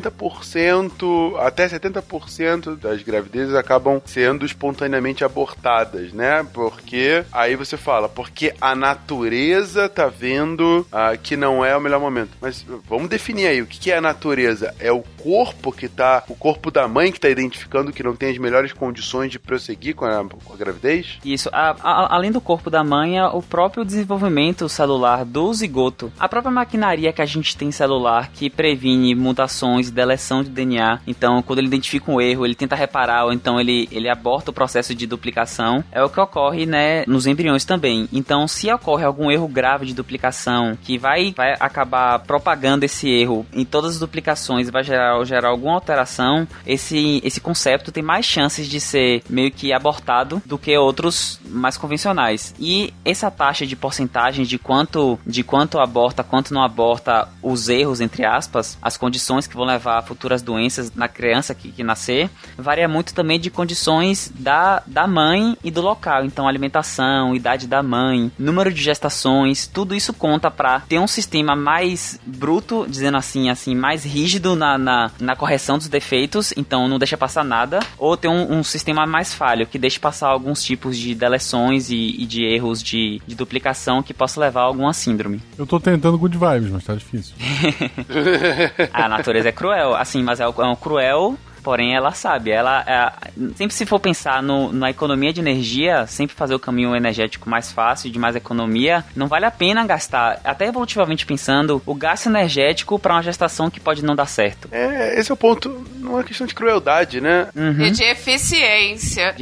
[SPEAKER 1] 70%, até 70% das gravidezes acabam sendo espontaneamente abortadas, né? Porque, aí você fala, porque a natureza tá vendo que não é o melhor momento. Mas vamos definir aí, o que é a natureza? É o corpo da mãe que tá identificando que não tem as melhores condições de prosseguir com a gravidez?
[SPEAKER 6] Isso, além do corpo da mãe, é o próprio desenvolvimento celular do zigoto. A própria maquinaria que a gente tem celular que previne mutações, deleção de DNA. Então, quando ele identifica um erro, ele tenta reparar, ou então ele aborta o processo de duplicação. É o que ocorre, né, nos embriões também. Então, se ocorre algum erro grave de duplicação, que vai acabar propagando esse erro em todas as duplicações e vai gerar alguma alteração, esse concepto tem mais chances de ser meio que abortado do que outros mais convencionais. E essa taxa de porcentagem de quanto aborta, quanto não aborta, os erros, entre aspas, as condições que vão levar a futuras doenças na criança que nascer, varia muito também de condições da mãe e do local. Então, alimentação, idade da mãe, número de gestações, tudo isso conta para ter um sistema mais bruto, dizendo assim, mais rígido na correção dos defeitos, então não deixa passar nada, ou ter um sistema mais falho, que deixe passar alguns tipos de deleções e de erros de duplicação que possa levar a alguma síndrome.
[SPEAKER 2] Eu tô tentando good vibes, mas tá difícil.
[SPEAKER 6] A natureza é cruel, assim, mas é um cruel Porém, ela sabe, sempre se for pensar na economia de energia, sempre fazer o caminho energético mais fácil, de mais economia, não vale a pena gastar, até evolutivamente pensando, o gasto energético para uma gestação que pode não dar certo.
[SPEAKER 1] Esse é o ponto, não é questão de crueldade, né?
[SPEAKER 3] E de eficiência.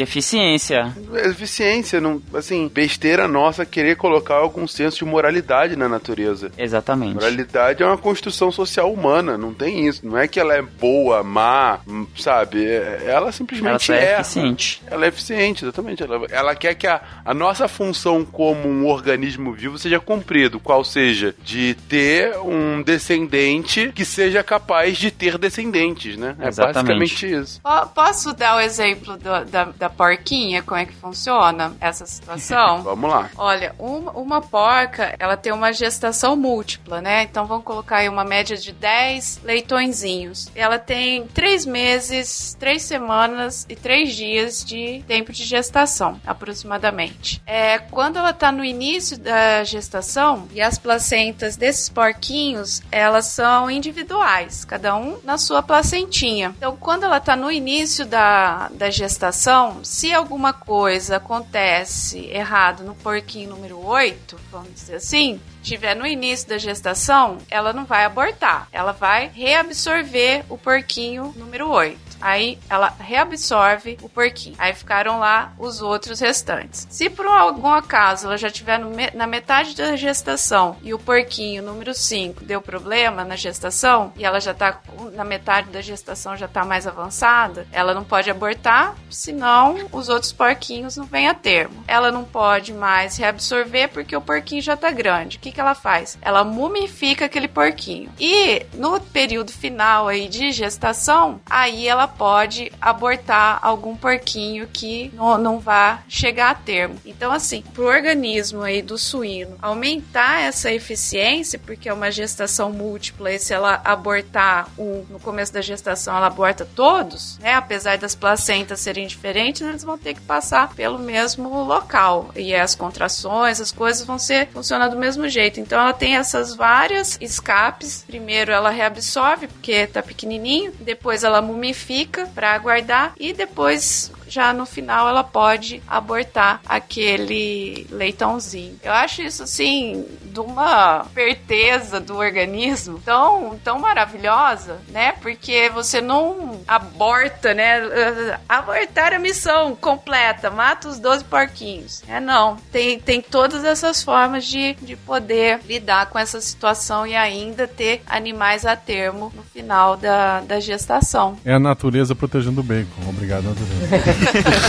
[SPEAKER 1] Eficiência, não, assim, besteira nossa querer colocar algum senso de moralidade na natureza.
[SPEAKER 6] Exatamente.
[SPEAKER 1] Moralidade é uma construção social humana, não tem isso. Não é que ela é boa, má, sabe? Ela simplesmente
[SPEAKER 6] é eficiente.
[SPEAKER 1] Ela é eficiente, exatamente. Ela quer que a nossa função como um organismo vivo seja cumprido, qual seja de ter um descendente que seja capaz de ter descendentes, né?
[SPEAKER 6] Exatamente.
[SPEAKER 1] Basicamente isso.
[SPEAKER 3] Posso dar o exemplo da porquinha, como é que funciona essa situação?
[SPEAKER 1] Vamos lá.
[SPEAKER 3] Olha, uma porca, ela tem uma gestação múltipla, né? Então vamos colocar aí uma média de 10 leitõezinhos. Ela tem 3 meses, 3 semanas e 3 dias de tempo de gestação, aproximadamente. Quando ela tá no início da gestação, e as placentas desses porquinhos, elas são individuais, cada um na sua placentinha. Então, quando ela tá no início da gestação, se alguma coisa acontece errado no porquinho número 8, vamos dizer assim, estiver no início da gestação, ela não vai abortar, ela vai reabsorver o porquinho número 8. Aí ela reabsorve o porquinho. Aí ficaram lá os outros restantes. Se por algum acaso ela já estiver na metade da gestação e o porquinho número 5 deu problema na gestação e ela já está na metade da gestação, já está mais avançada, ela não pode abortar, senão os outros porquinhos não vêm a termo. Ela não pode mais reabsorver porque o porquinho já está grande. O que ela faz? Ela mumifica aquele porquinho. E no período final aí de gestação, aí ela pode abortar algum porquinho que não vá chegar a termo. Então, assim, pro organismo aí do suíno aumentar essa eficiência, porque é uma gestação múltipla, e se ela abortar no começo da gestação, ela aborta todos, né? Apesar das placentas serem diferentes, eles vão ter que passar pelo mesmo local. E as contrações, as coisas vão funcionar do mesmo jeito. Então, ela tem essas várias escapes. Primeiro, ela reabsorve, porque tá pequenininho. Depois, ela mumifica para aguardar e depois já no final ela pode abortar aquele leitãozinho. Eu acho isso assim de uma certeza do organismo tão maravilhosa, né? Porque você não aborta, né? Abortar a missão completa, mata os 12 porquinhos. Não, tem todas essas formas de poder lidar com essa situação e ainda ter animais a termo no final da gestação.
[SPEAKER 2] É a natureza protegendo o bacon. Obrigado, natureza.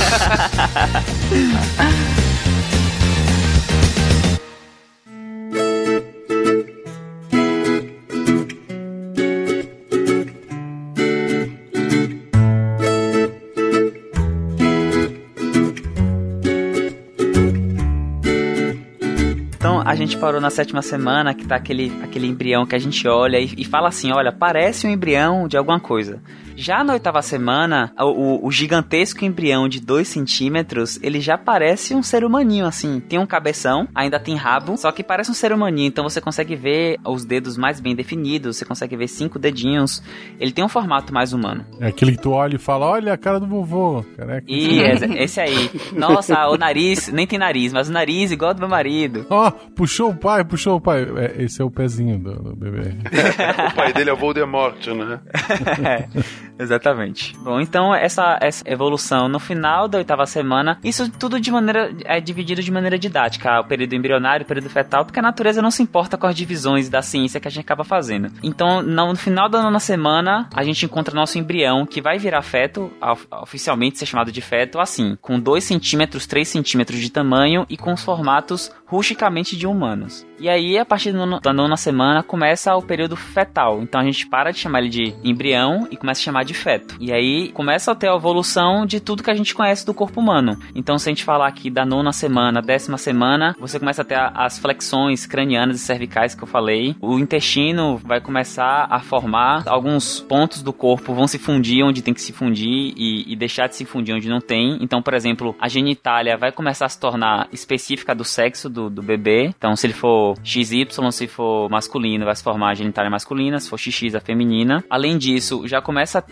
[SPEAKER 6] Então, a gente parou na 7ª semana, que tá aquele embrião que a gente olha e fala assim, olha, parece um embrião de alguma coisa. Já na 8ª semana, o gigantesco embrião de 2 centímetros, ele já parece um ser humaninho, assim. Tem um cabeção, ainda tem rabo, só que parece um ser humaninho. Então você consegue ver os dedos mais bem definidos, você consegue ver 5 dedinhos. Ele tem um formato mais humano.
[SPEAKER 2] É aquele que tu olha e fala, olha a cara do vovô. Careca.
[SPEAKER 6] E esse aí. Nossa, o nariz, nem tem nariz, mas o nariz igual do meu marido.
[SPEAKER 2] Ó, puxou o pai. Esse é o pezinho do bebê.
[SPEAKER 1] O pai dele é o Voldemort, né?
[SPEAKER 6] Exatamente. Bom, então essa evolução no final da 8ª semana, isso tudo é dividido de maneira didática, o período embrionário, o período fetal, porque a natureza não se importa com as divisões da ciência que a gente acaba fazendo. Então, no final da 9ª semana, a gente encontra nosso embrião, que vai virar feto, oficialmente ser chamado de feto, assim, com 2 centímetros, 3 centímetros de tamanho e com os formatos rusticamente de humanos. E aí, a partir da 9ª semana, começa o período fetal. Então, a gente para de chamar ele de embrião e começa a chamar de feto. E aí, começa a ter a evolução de tudo que a gente conhece do corpo humano. Então, se a gente falar aqui da 9ª semana, 10ª semana, você começa a ter as flexões cranianas e cervicais que eu falei. O intestino vai começar a formar. Alguns pontos do corpo vão se fundir onde tem que se fundir e deixar de se fundir onde não tem. Então, por exemplo, a genitália vai começar a se tornar específica do sexo do bebê. Então, se ele for XY, se for masculino, vai se formar a genitália masculina. Se for XX, a feminina. Além disso, já começa a ter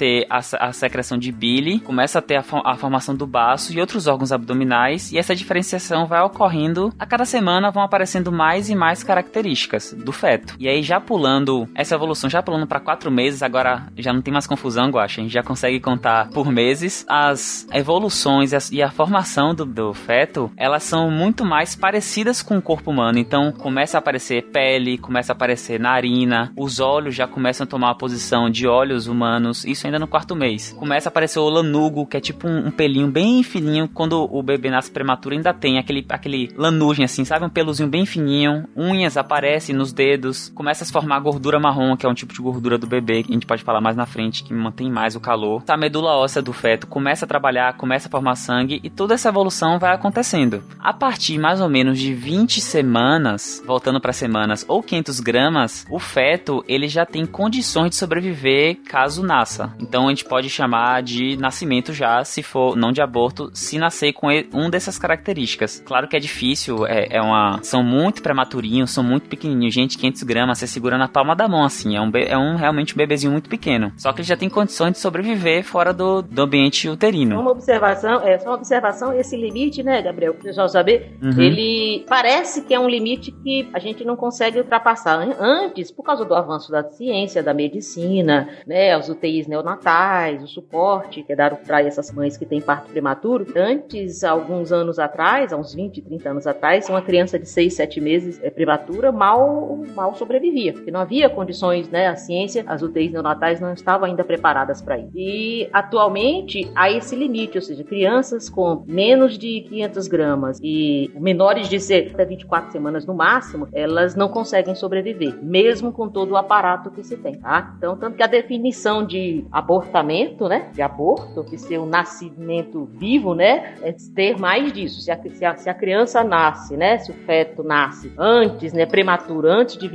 [SPEAKER 6] ter a secreção de bile, começa a ter a formação do baço e outros órgãos abdominais, e essa diferenciação vai ocorrendo, a cada semana vão aparecendo mais e mais características do feto. E aí já pulando, essa evolução já pulando para 4 meses, agora já não tem mais confusão, Guaxa, a gente já consegue contar por meses. As evoluções e a formação do feto, elas são muito mais parecidas com o corpo humano, então começa a aparecer pele, começa a aparecer narina, os olhos já começam a tomar a posição de olhos humanos, isso ainda no 4º mês. Começa a aparecer o lanugo, que é tipo um pelinho bem fininho, quando o bebê nasce prematuro ainda tem aquele lanugem assim, sabe? Um peluzinho bem fininho, unhas aparecem nos dedos, começa a se formar gordura marrom, que é um tipo de gordura do bebê, que a gente pode falar mais na frente, que mantém mais o calor. A medula óssea do feto começa a trabalhar, começa a formar sangue, e toda essa evolução vai acontecendo. A partir mais ou menos de 20 semanas, voltando para semanas, ou 500 gramas, o feto, ele já tem condições de sobreviver caso nasça. Então a gente pode chamar de nascimento já, se for, não de aborto, se nascer com um dessas características. Claro que é difícil, são muito prematurinhos, são muito pequenininhos. Gente, 500 gramas, você segura na palma da mão, assim, realmente um bebezinho muito pequeno. Só que ele já tem condições de sobreviver fora do ambiente uterino.
[SPEAKER 9] Só uma observação, esse limite, né, Gabriel, para o pessoal saber, ele parece que é um limite que a gente não consegue ultrapassar. Antes, por causa do avanço da ciência, da medicina, né, as UTIs neonatais, o suporte que é dado para essas mães que têm parto prematuro, antes, alguns anos atrás, há uns 20, 30 anos atrás, uma criança de 6, 7 meses prematura mal sobrevivia, porque não havia condições, né, a ciência, as UTIs neonatais não estavam ainda preparadas para isso. E, atualmente, há esse limite, ou seja, crianças com menos de 500 gramas e menores de até 24 semanas no máximo, elas não conseguem sobreviver, mesmo com todo o aparato que se tem, tá? Então, tanto que a definição de abortamento, né, de aborto, de ser um nascimento vivo, né, é ter mais disso. Se a criança nasce, né, se o feto nasce antes, né, prematuro, antes de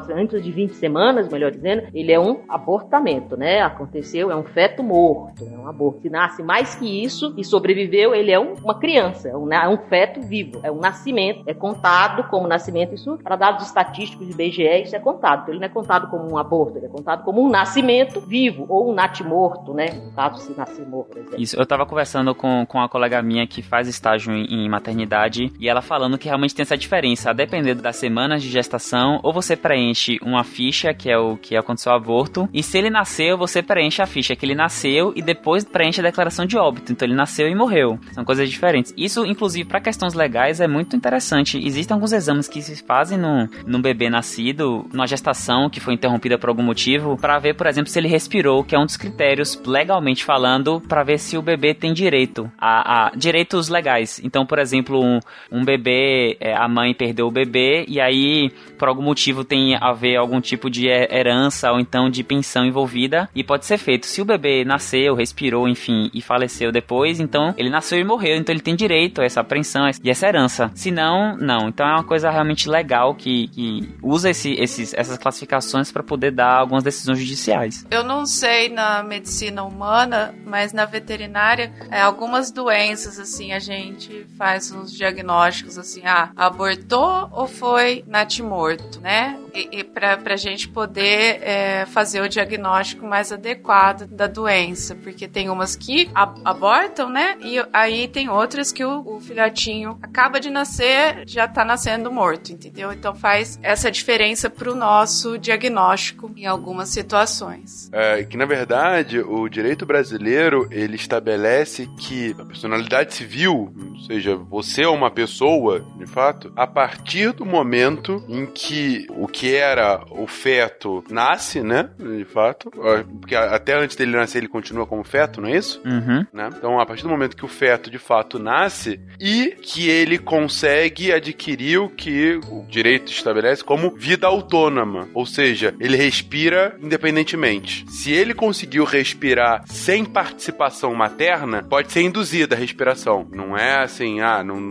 [SPEAKER 9] 20 semanas, melhor dizendo, ele é um abortamento, né, aconteceu, é um feto morto, é um aborto. Se nasce mais que isso e sobreviveu, ele é uma criança, é um feto vivo, é um nascimento, é contado como nascimento, isso para dados estatísticos de IBGE, isso é contado, então ele não é contado como um aborto, ele é contado como um nascimento vivo, ou um natimorto, né, no caso se nascer morto, por exemplo.
[SPEAKER 6] Isso, eu tava conversando com uma colega minha que faz estágio em maternidade, e ela falando que realmente tem essa diferença, a depender das semanas de gestação, ou você preenche uma ficha, que é o que aconteceu o aborto, e se ele nasceu, você preenche a ficha que ele nasceu, e depois preenche a declaração de óbito, então ele nasceu e morreu, são coisas diferentes. Isso, inclusive, para questões legais, é muito interessante. Existem alguns exames que se fazem num bebê nascido, numa gestação que foi interrompida por algum motivo, para ver, por exemplo, se ele respirou, que é um dos critérios, legalmente falando, para ver se o bebê tem direito a direitos legais. Então, por exemplo, um bebê, a mãe perdeu o bebê, e aí, por algum motivo, tem a ver algum tipo de herança, ou então de pensão envolvida, e pode ser feito. Se o bebê nasceu, respirou, enfim, e faleceu depois, então, ele nasceu e morreu, então ele tem direito a essa pensão e essa herança. Se não, não. Então é uma coisa realmente legal que usa essas classificações para poder dar algumas decisões judiciais.
[SPEAKER 3] Eu não sei na medicina humana, mas na veterinária, algumas doenças, assim, a gente faz uns diagnósticos, assim, abortou ou foi natimorto, né? E pra gente poder fazer o diagnóstico mais adequado da doença, porque tem umas que abortam, né? E aí tem outras que o filhotinho acaba de nascer, já tá nascendo morto, entendeu? Então faz essa diferença pro nosso diagnóstico em algumas situações.
[SPEAKER 1] Que na verdade o direito brasileiro ele estabelece que a personalidade civil, ou seja, você é uma pessoa, de fato, a partir do momento em que o que era o feto nasce, né? De fato, porque até antes dele nascer ele continua como feto, não é isso?
[SPEAKER 6] Uhum.
[SPEAKER 1] Né? Então, a partir do momento que o feto de fato nasce e que ele consegue adquirir o que o direito estabelece como vida autônoma, ou seja, ele respira independentemente. Se ele conseguiu respirar sem participação materna, pode ser induzida a respiração. Não é assim,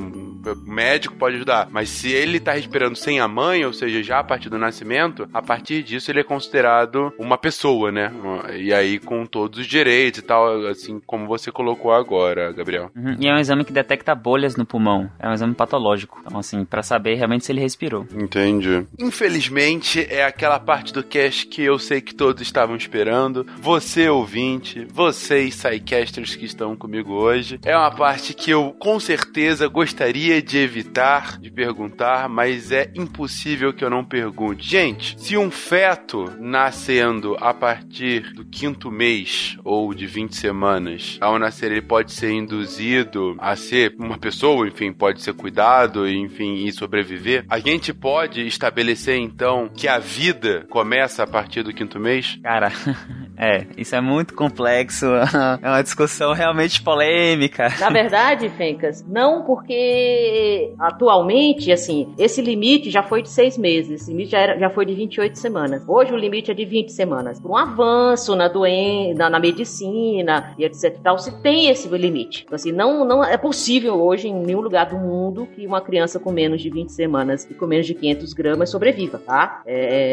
[SPEAKER 1] O médico pode ajudar. Mas se ele tá respirando sem a mãe, ou seja, já a partir do nascimento, a partir disso ele é considerado uma pessoa, né? E aí com todos os direitos e tal, assim como você colocou agora, Gabriel.
[SPEAKER 6] E é um exame que detecta bolhas no pulmão. É um exame patológico. Então, assim, pra saber realmente se ele respirou.
[SPEAKER 1] Entendi. Infelizmente, é aquela parte do cast que eu sei que todos estavam esperando. Você, ouvinte, vocês, Psycasters que estão comigo hoje. É uma parte que eu, com certeza, gostaria de evitar de perguntar, mas é impossível que eu não pergunte. Gente, se um feto nascendo a partir do 5º mês ou de 20 semanas, ao nascer ele pode ser induzido a ser uma pessoa, enfim, pode ser cuidado, enfim, e sobreviver, a gente pode estabelecer, então, que a vida começa a partir do 5º mês?
[SPEAKER 6] Cara, isso é muito complexo, é uma discussão realmente polêmica.
[SPEAKER 9] Na verdade, Fencas, não, porque atualmente, assim, esse limite já foi de 6 meses, esse limite já foi de 28 semanas. Hoje o limite é de 20 semanas. Por um avanço na medicina e etc e tal, se tem esse limite. Então, assim, não é possível hoje em nenhum lugar do mundo que uma criança com menos de 20 semanas e com menos de 500 gramas sobreviva, tá?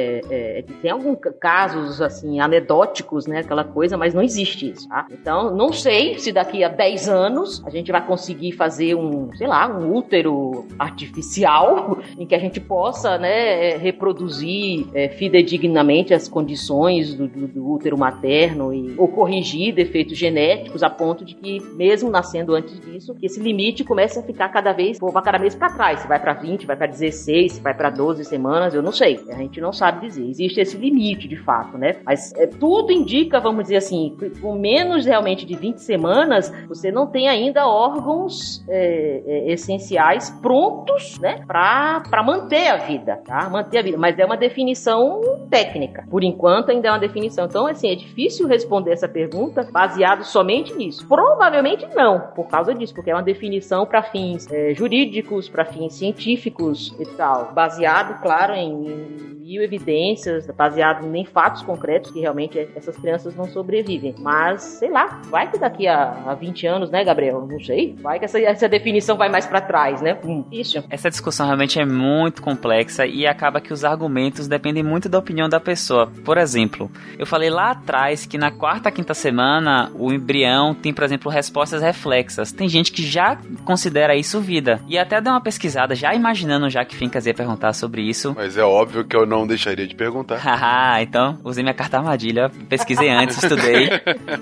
[SPEAKER 9] Tem alguns casos, assim, anedóticos, né, aquela coisa, mas não existe isso, tá? Então, não sei se daqui a 10 anos a gente vai conseguir fazer um útero artificial em que a gente possa, né, reproduzir fidedignamente as condições do útero materno ou corrigir defeitos genéticos a ponto de que, mesmo nascendo antes disso, que esse limite comece a ficar cada vez para trás. Se vai para 20, vai para 16, se vai para 12 semanas, eu não sei. A gente não sabe dizer. Existe esse limite, de fato, né? Mas tudo indica, vamos dizer assim, que com menos realmente de 20 semanas, você não tem ainda órgãos essenciais prontos, né, para manter a vida, tá? Manter a vida. Mas é uma definição técnica. Por enquanto, ainda é uma definição. Então, assim, é difícil responder essa pergunta baseado somente nisso. Provavelmente não, por causa disso, porque é uma definição para fins jurídicos, para fins científicos e tal. Baseado, claro, em evidências, baseado em fatos concretos que realmente essas crianças não sobrevivem. Mas, sei lá, vai que daqui a 20 anos, né, Gabriel? Não sei. Vai que essa definição vai mais pra trás, né? Isso.
[SPEAKER 6] Essa discussão realmente é muito complexa e acaba que os argumentos dependem muito da opinião da pessoa. Por exemplo, eu falei lá atrás que na 4ª, 5ª semana o embrião tem, por exemplo, respostas reflexas. Tem gente que já considera isso vida. E até deu uma pesquisada, já imaginando já que Fincas ia perguntar sobre isso.
[SPEAKER 1] Mas é óbvio que eu não deixaria de perguntar.
[SPEAKER 6] Haha, então usei minha carta armadilha, pesquisei antes, estudei.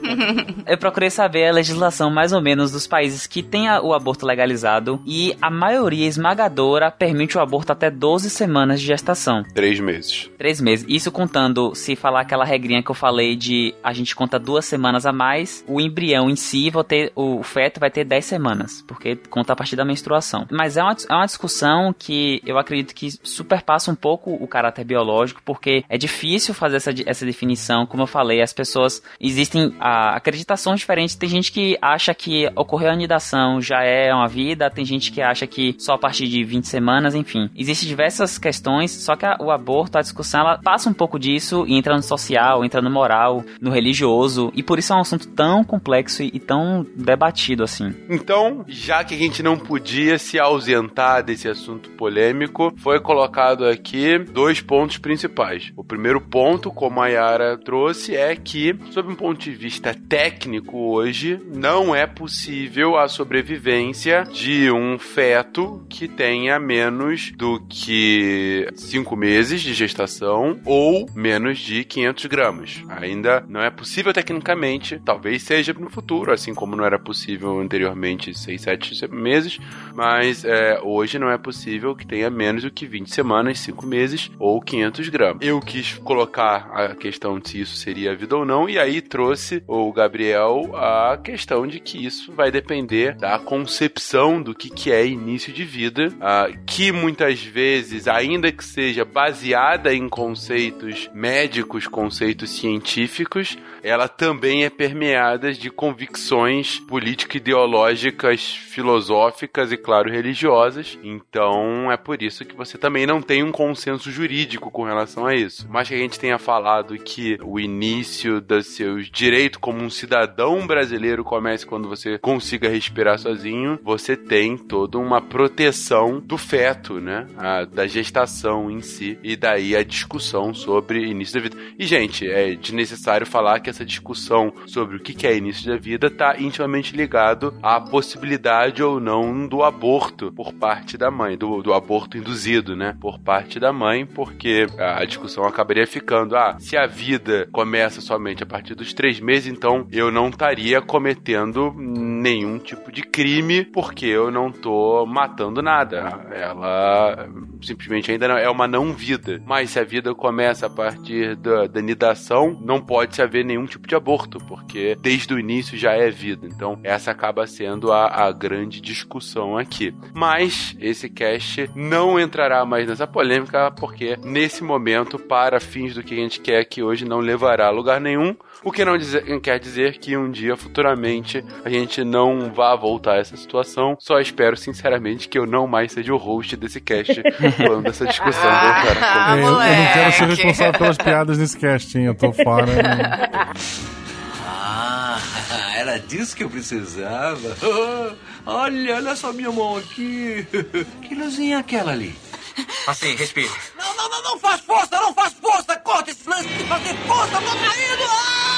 [SPEAKER 6] Eu procurei saber a legislação mais ou menos dos países que tem o aborto legalizado e a maioria esmagadora permite o aborto até 12 semanas de gestação.
[SPEAKER 1] 3 meses.
[SPEAKER 6] 3 meses. Isso contando, se falar aquela regrinha que eu falei de a gente conta 2 semanas a mais, o embrião em si, o feto vai ter 10 semanas, porque conta a partir da menstruação. Mas é uma discussão que eu acredito que superpassa um pouco o caráter biológico, porque é difícil fazer essa definição. Como eu falei, as pessoas, existem acreditações diferentes. Tem gente que acha que ocorreu a anidação já é uma vida, tem gente que acha que só a partir de 20 semanas, enfim. Existem diversas questões, só que o aborto, a discussão, ela passa um pouco disso e entra no social, entra no moral, no religioso, e por isso é um assunto tão complexo e tão debatido assim.
[SPEAKER 1] Então, já que a gente não podia se ausentar desse assunto polêmico, foi colocado aqui 2 pontos principais. O primeiro ponto, como a Yara trouxe, é que, sob um ponto de vista técnico hoje, não é possível a sobrevivência de um feto que tenha menos do que 5 meses de gestação ou menos de 500 gramas. Ainda não é possível tecnicamente, talvez seja no futuro, assim como não era possível anteriormente 6, 7 meses, mas hoje não é possível que tenha menos do que 20 semanas, 5 meses ou 500 gramas. Eu quis colocar a questão de se isso seria vida ou não, e aí trouxe o Gabriel a questão de que isso vai depender da concepção do que é início de vida, que muitas vezes, ainda que seja baseada em conceitos médicos, conceitos científicos, ela também é permeada de convicções político-ideológicas, filosóficas e, claro, religiosas. Então, é por isso que você também não tem um consenso jurídico jurídico com relação a isso. Mas que a gente tenha falado que o início dos seus direitos como um cidadão brasileiro comece quando você consiga respirar sozinho, você tem toda uma proteção do feto, né? Da gestação em si. E daí a discussão sobre início da vida. E, gente, é desnecessário falar que essa discussão sobre o que é início da vida está intimamente ligado à possibilidade ou não do aborto por parte da mãe, do aborto induzido, né? Por parte da mãe, porque a discussão acabaria ficando, se a vida começa somente a partir dos 3 meses, então eu não estaria cometendo nenhum tipo de crime, porque eu não tô matando nada. Ela simplesmente ainda não, é uma não-vida. Mas se a vida começa a partir da nidação, não pode haver nenhum tipo de aborto, porque desde o início já é vida. Então essa acaba sendo a grande discussão aqui. Mas esse cast não entrará mais nessa polêmica, porque nesse momento, para fins do que a gente quer aqui hoje, não levará a lugar nenhum. O que não quer dizer que um dia, futuramente, a gente não vá voltar a essa situação. Só espero, sinceramente, que eu não mais seja o host desse cast quando essa discussão voltar a
[SPEAKER 2] começar. Eu não quero ser responsável pelas piadas nesse cast, hein? Eu tô fora. Né?
[SPEAKER 10] Era disso que eu precisava. Olha só minha mão aqui. Que luzinha é aquela ali?
[SPEAKER 11] Assim, respire.
[SPEAKER 10] Não faz força, corta esse lance de fazer força, tô caindo.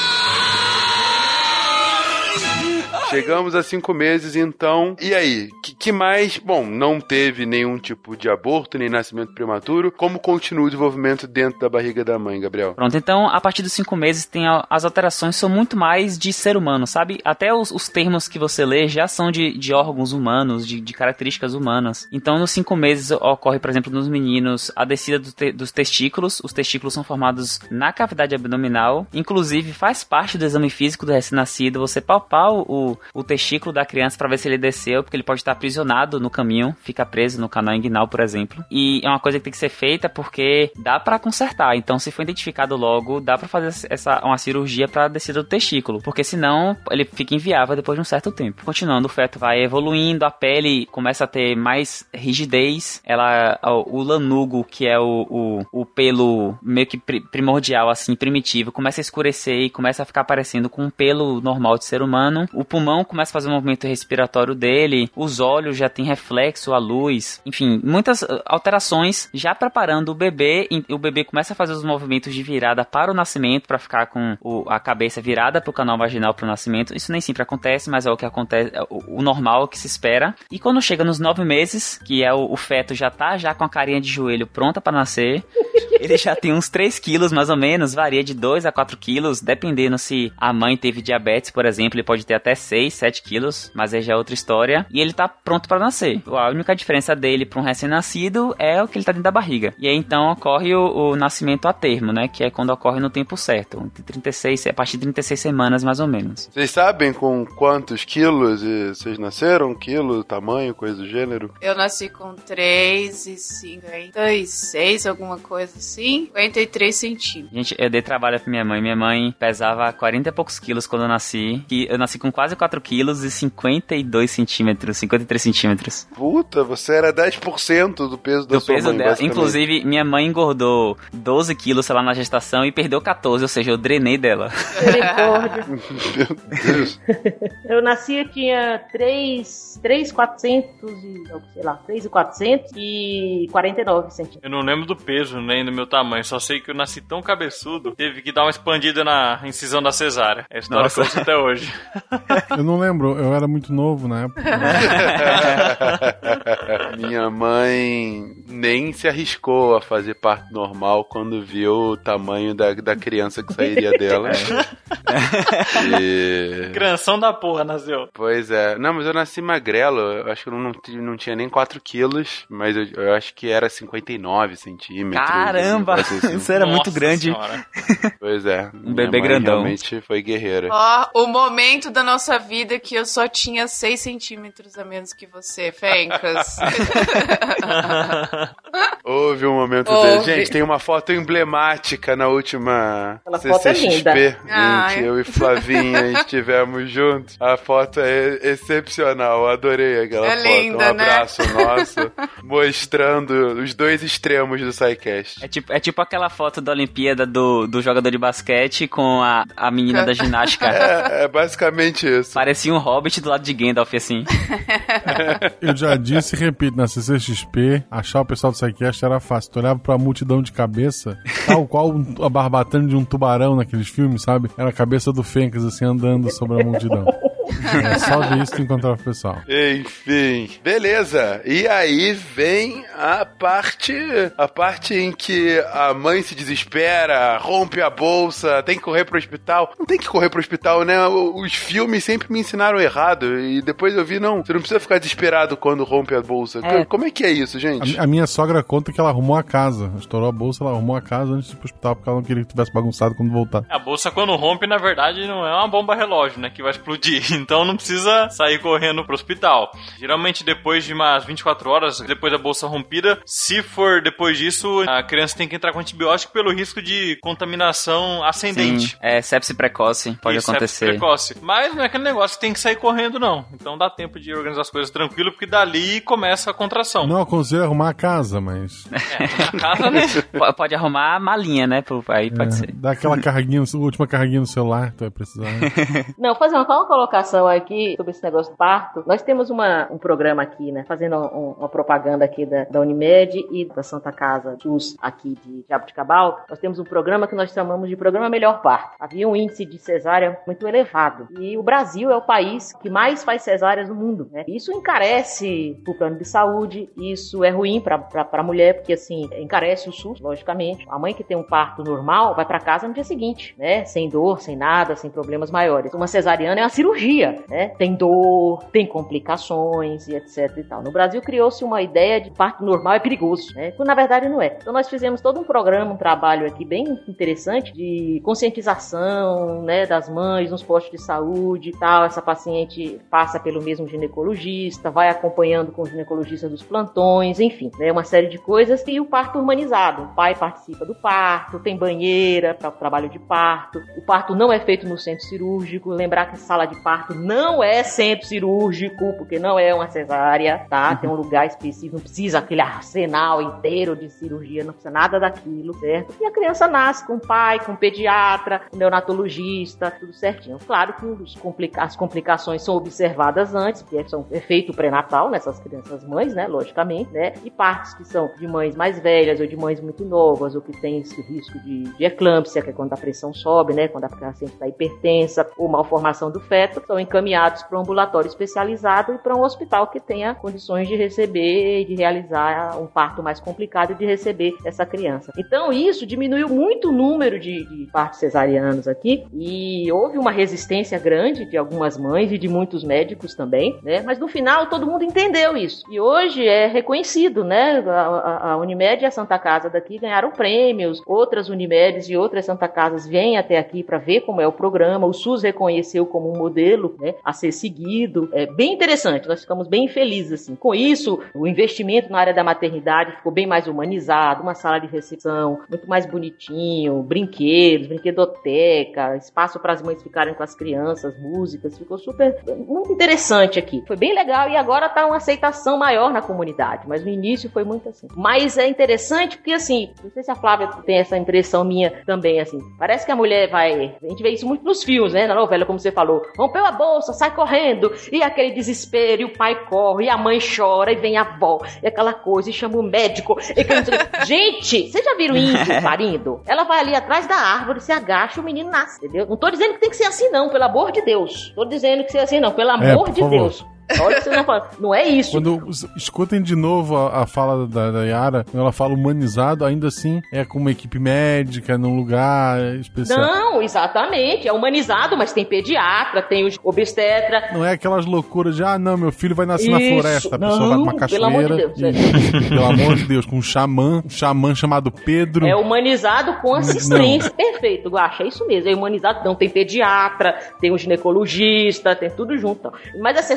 [SPEAKER 1] Chegamos a 5 meses, então. E aí? Que mais? Bom, não teve nenhum tipo de aborto, nem nascimento prematuro. Como continua o desenvolvimento dentro da barriga da mãe, Gabriel?
[SPEAKER 6] Pronto, então, a partir dos 5 meses, as alterações são muito mais de ser humano, sabe? Até os termos que você lê já são de órgãos humanos, de características humanas. Então, nos 5 meses, ocorre, por exemplo, nos meninos, a descida dos testículos. Os testículos são formados na cavidade abdominal. Inclusive, faz parte do exame físico do recém-nascido você palpar o testículo da criança para ver se ele desceu, porque ele pode estar aprisionado no caminho, fica preso no canal inguinal, por exemplo. E é uma coisa que tem que ser feita porque dá para consertar. Então, se for identificado logo, dá para fazer uma cirurgia para descida do testículo, porque senão ele fica inviável depois de um certo tempo. Continuando, o feto vai evoluindo, a pele começa a ter mais rigidez, o lanugo, que é o pelo meio que primordial, assim, primitivo, começa a escurecer e começa a ficar parecendo com um pelo normal de ser humano. O pulmão começa a fazer o movimento respiratório dele, os olhos já tem reflexo à luz, enfim, muitas alterações já preparando o bebê. O bebê começa a fazer os movimentos de virada para o nascimento, para ficar com a cabeça virada para o canal vaginal para o nascimento. Isso nem sempre acontece, mas é o que acontece, o normal, que se espera. E quando chega nos 9 meses, que é o feto já tá com a carinha de joelho pronta para nascer, ele já tem uns 3 quilos mais ou menos, varia de 2 a 4 quilos, dependendo se a mãe teve diabetes, por exemplo, ele pode ter até 6, 7 quilos, mas aí já é outra história. E ele tá pronto para nascer. A única diferença dele para um recém-nascido é o que ele tá dentro da barriga. E aí então ocorre o nascimento a termo, né? Que é quando ocorre no tempo certo. A partir de 36 semanas, mais ou menos.
[SPEAKER 1] Vocês sabem com quantos quilos vocês nasceram? Quilo, tamanho, coisa do gênero?
[SPEAKER 3] Eu nasci com 3,56, alguma coisa assim. 53 centímetros.
[SPEAKER 6] Gente, eu dei trabalho pra minha mãe. Minha mãe pesava 40 e poucos quilos quando eu nasci. E eu nasci com quase 4 quilos e 52 centímetros, 53 centímetros.
[SPEAKER 1] Puta, você era 10% do peso da sua mãe,
[SPEAKER 6] dela. Inclusive, minha mãe engordou 12 quilos, sei lá, na gestação e perdeu 14, ou seja, eu drenei dela.
[SPEAKER 9] Meu Deus. Eu nasci, eu tinha 3,400 e 49 centímetros.
[SPEAKER 8] Eu não lembro do peso nem do meu tamanho, só sei que eu nasci tão cabeçudo, teve que dar uma expandida na incisão da cesárea. É a história que eu uso até hoje.
[SPEAKER 2] Eu não lembro, eu era muito novo na época.
[SPEAKER 1] Minha mãe nem se arriscou a fazer parto normal quando viu o tamanho da criança que sairia dela.
[SPEAKER 8] Crianção da porra nasceu.
[SPEAKER 1] Pois é. Não, mas eu nasci magrelo. Eu acho que eu não tinha nem 4 quilos, mas eu acho que era 59 centímetros.
[SPEAKER 6] Caramba! Assim. Isso era muito grande.
[SPEAKER 1] Senhora. Pois é.
[SPEAKER 6] Um bebê grandão.
[SPEAKER 1] Realmente foi guerreira.
[SPEAKER 3] O momento da nossa vida que eu só tinha 6 centímetros a menos que você, Fencas.
[SPEAKER 1] Houve um momento dele. Gente, tem uma foto emblemática na última CCXP em que eu e Flavinha estivemos juntos. A foto é excepcional, eu adorei aquela foto.
[SPEAKER 3] Linda,
[SPEAKER 1] um abraço nosso, mostrando os dois extremos do SciCast.
[SPEAKER 6] É tipo aquela foto da Olimpíada do jogador de basquete com a menina da ginástica.
[SPEAKER 1] É basicamente isso.
[SPEAKER 6] Parecia um hobbit do lado de Gandalf, assim.
[SPEAKER 2] Eu já disse e repito, na CCXP, achar o pessoal do SciCast era fácil. Tu olhava pra multidão de cabeça, tal qual a barbatana de um tubarão naqueles filmes, sabe? Era a cabeça do Fencas, assim, andando sobre a multidão. É só ver isso que encontrar o pessoal.
[SPEAKER 1] Enfim, beleza. E aí vem a parte em que a mãe se desespera, rompe a bolsa, tem que correr pro hospital. Não tem que correr pro hospital, né? Os filmes sempre me ensinaram errado. E depois eu vi, não, você não precisa ficar desesperado quando rompe a bolsa. Como é que é isso, gente?
[SPEAKER 2] A minha sogra conta que ela arrumou a casa. Estourou a bolsa, ela arrumou a casa antes de ir pro hospital, porque ela não queria que tivesse bagunçado quando voltar.
[SPEAKER 8] A bolsa, quando rompe, na verdade, não é uma bomba relógio, né? Que vai explodir. Então não precisa sair correndo pro hospital. Geralmente depois de umas 24 horas, depois da bolsa rompida, se for depois disso, a criança tem que entrar com antibiótico pelo risco de contaminação ascendente.
[SPEAKER 6] Sim, sepse precoce, pode acontecer.
[SPEAKER 8] Sepse precoce. Mas não é aquele negócio que tem que sair correndo, não. Então dá tempo de organizar as coisas tranquilo, porque dali começa a contração.
[SPEAKER 2] Não aconselho arrumar a casa, mas...
[SPEAKER 8] a casa, né?
[SPEAKER 6] Pode arrumar a malinha, né? Aí pode ser.
[SPEAKER 2] Dá aquela carreguinha, última carreguinha no celular, tu vai precisar.
[SPEAKER 9] Não, fazer uma colocação aqui sobre esse negócio do parto. Nós temos um programa aqui, né? Fazendo uma propaganda aqui da Unimed e da Santa Casa SUS aqui de Jaboticabal. Nós temos um programa que nós chamamos de Programa Melhor Parto. Havia um índice de cesárea muito elevado. E o Brasil é o país que mais faz cesáreas no mundo, né? Isso encarece o plano de saúde, isso é ruim pra mulher, porque assim, encarece o SUS, logicamente. A mãe que tem um parto normal vai pra casa no dia seguinte, né? Sem dor, sem nada, sem problemas maiores. Uma cesariana é uma cirurgia, né? Tem dor, tem complicações e etc e tal. No Brasil criou-se uma ideia de parto normal é perigoso, né? Quando na verdade não é. Então nós fizemos todo um programa, um trabalho aqui bem interessante de conscientização, né, das mães nos postos de saúde e tal. Essa paciente passa pelo mesmo ginecologista, vai acompanhando com o ginecologista dos plantões, enfim, né, uma série de coisas. E o parto humanizado. O pai participa do parto, tem banheira para o trabalho de parto. O parto não é feito no centro cirúrgico. Lembrar que sala de parto não é centro cirúrgico, porque não é uma cesárea, tá? Tem um lugar específico, não precisa aquele arsenal inteiro de cirurgia, não precisa nada daquilo, certo? E a criança nasce com o pai, com o pediatra, com o neonatologista, tudo certinho. Claro que as complicações são observadas antes, porque é feito pré-natal nessas crianças mães, né? Logicamente, né? E partos que são de mães mais velhas ou de mães muito novas, ou que tem esse risco de eclâmpsia, que é quando a pressão sobe, né? Quando a paciente está hipertensa, ou malformação do feto, são encaminhados para um ambulatório especializado e para um hospital que tenha condições de receber e de realizar um parto mais complicado e de receber essa criança. Então isso diminuiu muito o número de partos cesarianos aqui e houve uma resistência grande de algumas mães e de muitos médicos também, né? Mas no final todo mundo entendeu isso e hoje é reconhecido, né? A Unimed e a Santa Casa daqui ganharam prêmios, outras Unimedes e outras Santa Casas vêm até aqui para ver como é o programa, o SUS reconheceu como um modelo, né, a ser seguido. É bem interessante, nós ficamos bem felizes assim. Com isso, o investimento na área da maternidade ficou bem mais humanizado, uma sala de recepção muito mais bonitinho, brinquedos, brinquedoteca, espaço para as mães ficarem com as crianças, músicas, ficou muito interessante aqui. Foi bem legal e agora está uma aceitação maior na comunidade, mas no início foi muito assim. Mas é interessante porque assim, não sei se a Flávia tem essa impressão minha também, assim, parece que a mulher vai, a gente vê isso muito nos filmes, né, na novela, como você falou, rompeu a bolsa, sai correndo, e aquele desespero, e o pai corre, e a mãe chora, e vem a avó, e aquela coisa, e chama o médico, e... Gente, vocês já viram índio parindo? Ela vai ali atrás da árvore, se agacha, o menino nasce, entendeu? Não tô dizendo que tem que ser assim não, pelo amor de Deus. Tô dizendo que ser assim não, pelo amor de Deus. Olha o que você tá falando. Não é isso.
[SPEAKER 2] Quando escutem de novo a fala da Yara, quando ela fala humanizado, ainda assim é com uma equipe médica, num lugar especial.
[SPEAKER 9] Não, exatamente. É humanizado, mas tem pediatra, tem o obstetra.
[SPEAKER 2] Não é aquelas loucuras de, não, meu filho vai nascer na floresta. A pessoa vai pra uma cachoeira.
[SPEAKER 9] Pelo amor de Deus.
[SPEAKER 2] Pelo amor de Deus, com um xamã chamado Pedro.
[SPEAKER 9] É humanizado com assistência. Perfeito, Guaxa, é isso mesmo. É humanizado, não tem pediatra, tem um ginecologista, tem tudo junto. Mas assim, só pra dizer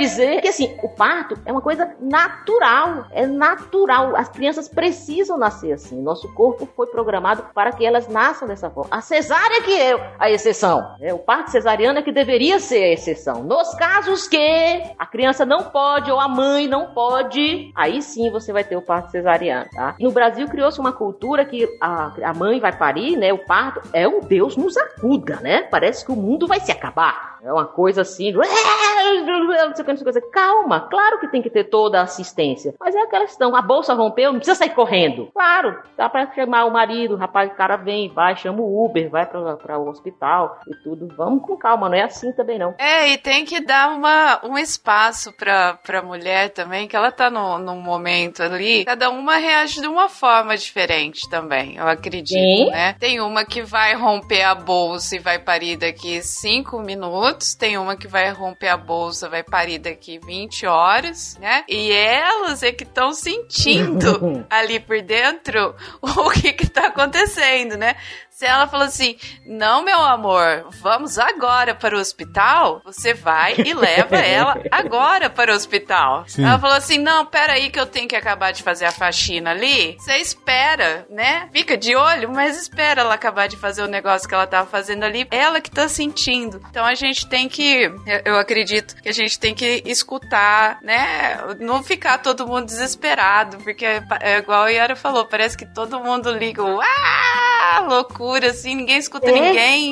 [SPEAKER 9] dizer que, assim, o parto é uma coisa natural. É natural. As crianças precisam nascer assim. Nosso corpo foi programado para que elas nasçam dessa forma. A cesárea que é a exceção. O parto cesariano é que deveria ser a exceção. Nos casos que a criança não pode ou a mãe não pode, aí sim você vai ter o parto cesariano, tá? No Brasil criou-se uma cultura que a mãe vai parir, né? O parto é um Deus nos acuda, né? Parece que o mundo vai se acabar. É uma coisa assim, não sei o que. Calma, claro que tem que ter toda a assistência. Mas é aquela questão, a bolsa rompeu, não precisa sair correndo. Claro, dá pra chamar o marido, o rapaz, o cara vem, vai, chama o Uber, vai pra o hospital e tudo. Vamos com calma, não é assim também não.
[SPEAKER 3] E tem que dar um espaço pra mulher também, que ela tá num momento ali, cada uma reage de uma forma diferente também, eu acredito, sim, né? Tem uma que vai romper a bolsa e vai parir daqui 5 minutos, tem uma que vai romper a bolsa, vai parir daqui 20 horas, né? E elas é que estão sentindo ali por dentro o que tá acontecendo, né? Se ela falou assim, não, meu amor, vamos agora para o hospital, você vai e leva ela agora para o hospital. Sim. Ela falou assim, não, peraí que eu tenho que acabar de fazer a faxina ali. Você espera, né? Fica de olho, mas espera ela acabar de fazer o negócio que ela tava fazendo ali. Ela que tá sentindo. Então a gente tem que, eu acredito que a gente tem que escutar, né? Não ficar todo mundo desesperado, porque é igual a Yara falou, parece que todo mundo liga, loucura, assim, ninguém escuta ninguém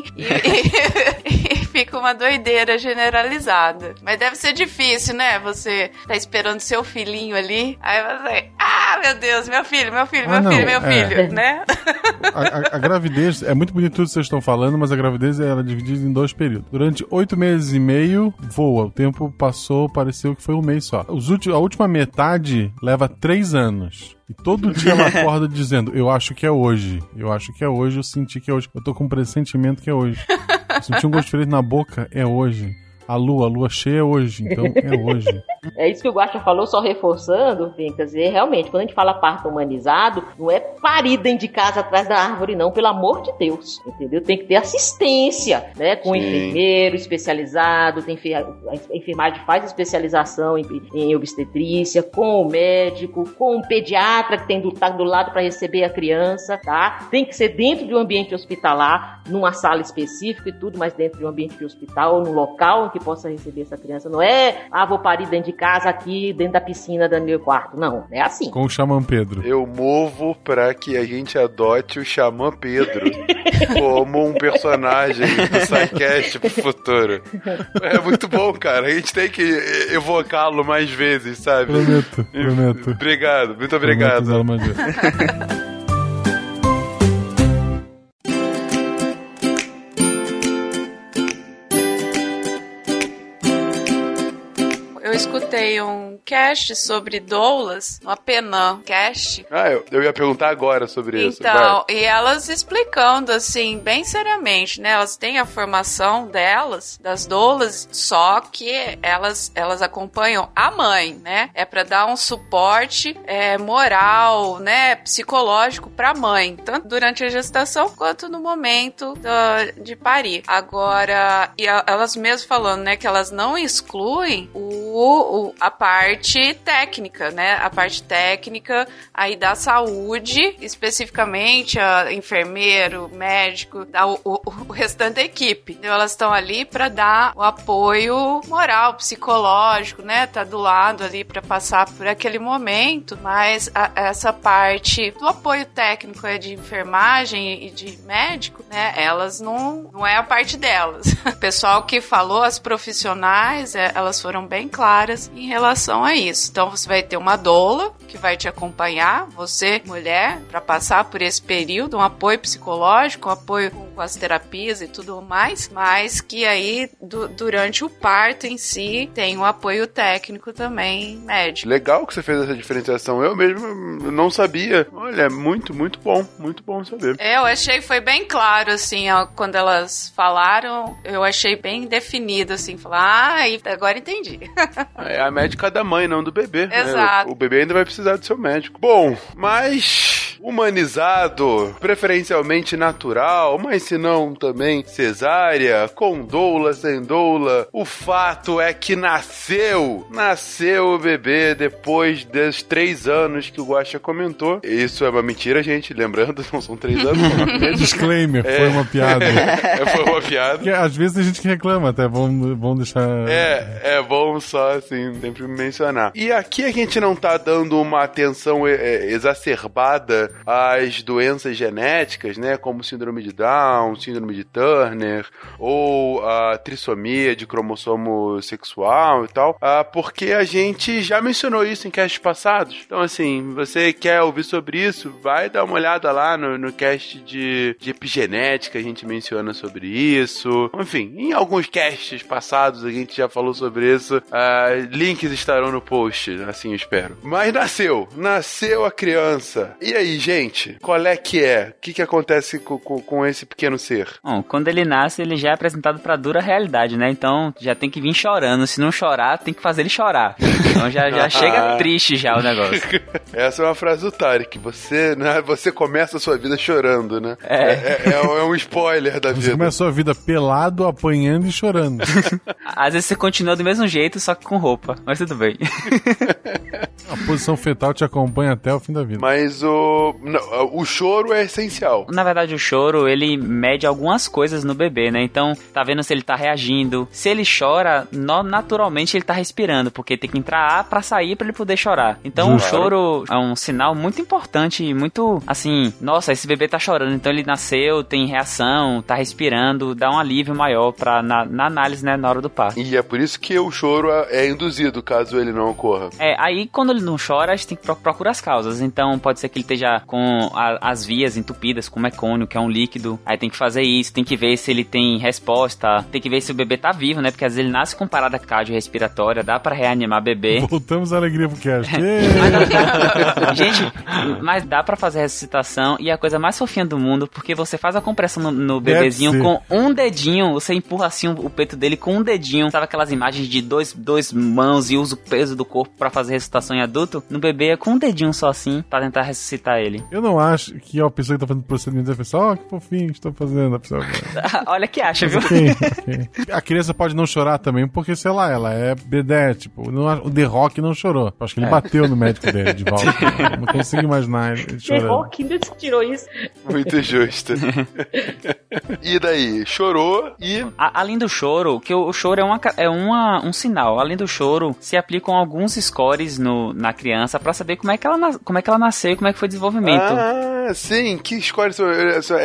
[SPEAKER 3] e fica uma doideira generalizada. Mas deve ser difícil, né? Você tá esperando seu filhinho ali, aí você, meu Deus, meu filho, né?
[SPEAKER 2] A gravidez, é muito bonito tudo que vocês estão falando, mas a gravidez ela é dividida em 2 períodos. Durante 8 meses e meio, voa. O tempo passou, pareceu que foi 1 mês só. A última metade leva 3 anos. E todo dia ela acorda dizendo, eu acho que é hoje, eu senti que é hoje, eu tô com um pressentimento que é hoje. Eu senti um gosto diferente na boca, é hoje. A lua cheia é hoje, então é hoje.
[SPEAKER 9] É isso que o Guaxa falou, só reforçando, Fincas, e realmente, quando a gente fala parto humanizado, não é parir dentro de casa atrás da árvore, não, pelo amor de Deus, entendeu? Tem que ter assistência, né, com o enfermeiro especializado, a enfermagem faz especialização em obstetrícia, com o médico, com o pediatra que tá do lado para receber a criança, tá? Tem que ser dentro de um ambiente hospitalar, numa sala específica e tudo, mas dentro de um ambiente de hospital, num local que possa receber essa criança. Não é, vou parir dentro de casa aqui, dentro da piscina do meu quarto. Não, é assim.
[SPEAKER 2] Com o Xamã Pedro.
[SPEAKER 1] Eu movo pra que a gente adote o Xamã Pedro como um personagem do SciCast pro futuro. É muito bom, cara. A gente tem que evocá-lo mais vezes, sabe?
[SPEAKER 2] Prometo.
[SPEAKER 1] Obrigado, muito obrigado.
[SPEAKER 3] Eu escutei um cast sobre doulas, uma Penan cast.
[SPEAKER 1] Eu ia perguntar agora sobre isso.
[SPEAKER 3] Então, e elas explicando, assim, bem seriamente, né? Elas têm a formação delas, das doulas, só que elas acompanham a mãe, né? É pra dar um suporte moral, né? Psicológico pra mãe, tanto durante a gestação quanto no momento de parir. Agora, e elas mesmas falando, né? Que elas não excluem a parte técnica, né? A parte técnica aí da saúde, especificamente a enfermeiro, médico, o restante da equipe. Então elas estão ali para dar o apoio moral, psicológico, né? Tá do lado ali para passar por aquele momento, mas essa parte do apoio técnico de enfermagem e de médico, né? Elas não é a parte delas. O pessoal que falou, as profissionais, elas foram bem claras em relação a isso. Então você vai ter uma doula que vai te acompanhar, você, mulher, para passar por esse período, um apoio psicológico, um apoio com as terapias e tudo mais, mas que aí durante o parto em si tem um apoio técnico também médico.
[SPEAKER 1] Legal que você fez essa diferenciação. Eu mesmo não sabia. Olha, muito bom saber.
[SPEAKER 3] Eu achei que foi bem claro, assim, ó, quando elas falaram, eu achei bem definido, assim, falar, agora entendi.
[SPEAKER 1] É a médica da mãe, não do bebê.
[SPEAKER 3] Exato.
[SPEAKER 1] Né? O bebê ainda vai precisar do seu médico. Bom, mas humanizado, preferencialmente natural, mas se não também cesárea, com doula, sem doula. O fato é que nasceu o bebê depois dos 3 anos que o Guaxa comentou. Isso é uma mentira, gente, lembrando, não são 3 anos.
[SPEAKER 2] Disclaimer, foi uma piada.
[SPEAKER 1] Foi uma piada.
[SPEAKER 2] Porque às vezes tem gente que reclama, até vamos deixar...
[SPEAKER 1] É bom só, assim, sempre mencionar. E aqui a gente não tá dando uma atenção exacerbada às doenças genéticas, né, como síndrome de Down, síndrome de Turner, ou a trissomia de cromossomo sexual e tal, porque a gente já mencionou isso em casts passados. Então, assim, você quer ouvir sobre isso, vai dar uma olhada lá no cast de epigenética, a gente menciona sobre isso. Enfim, em alguns casts passados a gente já falou sobre isso. Links estarão no post, assim eu espero. Mas nasceu a criança. E aí, gente, qual é que é? O que acontece com esse pequeno ser?
[SPEAKER 6] Bom, quando ele nasce, ele já é apresentado pra dura realidade, né? Então, já tem que vir chorando. Se não chorar, tem que fazer ele chorar. Então já chega triste já o negócio.
[SPEAKER 1] Essa é uma frase do Tarek. Você começa a sua vida chorando, né? É um spoiler da vida.
[SPEAKER 2] Você começa a sua vida pelado, apanhando e chorando.
[SPEAKER 6] Às vezes você continua do mesmo jeito, só que com roupa. Mas tudo bem.
[SPEAKER 2] A posição fetal te acompanha até o fim da vida.
[SPEAKER 1] Mas o choro é essencial.
[SPEAKER 6] Na verdade, o choro, ele mede algumas coisas no bebê, né? Então, tá vendo se ele tá reagindo. Se ele chora, naturalmente ele tá respirando, porque tem que entrar ar pra sair pra ele poder chorar. Então, o choro é um sinal muito importante, muito, assim, nossa, esse bebê tá chorando, então ele nasceu, tem reação, tá respirando, dá um alívio maior na análise, né, na hora do parto.
[SPEAKER 1] E é por isso que o choro é induzido, caso ele não ocorra.
[SPEAKER 6] Aí quando ele não chora, a gente tem que procurar as causas. Então, pode ser que ele esteja com as vias entupidas com mecônio, que é um líquido. Aí tem que fazer isso, tem que ver se ele tem resposta, tem que ver se o bebê tá vivo, né? Porque às vezes ele nasce com parada cardiorrespiratória, dá pra reanimar bebê.
[SPEAKER 2] Voltamos à alegria pro cast.
[SPEAKER 6] Gente, mas dá pra fazer ressuscitação e é a coisa mais fofinha do mundo, porque você faz a compressão no bebezinho com um dedinho, você empurra assim o peito dele com um dedinho. Sabe aquelas imagens de dois mãos e usa o peso do corpo pra fazer ressuscitação em adulto? No bebê é com um dedinho só assim, pra tentar ressuscitar ele.
[SPEAKER 2] Eu não acho que a pessoa que tá fazendo procedimento vai pensar, que fofinho que estou fazendo. A pessoa...
[SPEAKER 6] Olha que acha, viu?
[SPEAKER 2] Okay. A criança pode não chorar também, porque, sei lá, ela é bedé, tipo, o The Rock não chorou. Acho que ele bateu no médico dele de volta. Não consigo imaginar ele chorando.
[SPEAKER 9] The Rock ainda tirou isso.
[SPEAKER 1] Muito justo. E daí? Chorou e...
[SPEAKER 6] Além do choro, que o choro é um sinal. Além do choro, se aplicam alguns scores na criança pra saber como é que ela nasceu e como é que foi o desenvolvimento.
[SPEAKER 1] Sim. Que scores são?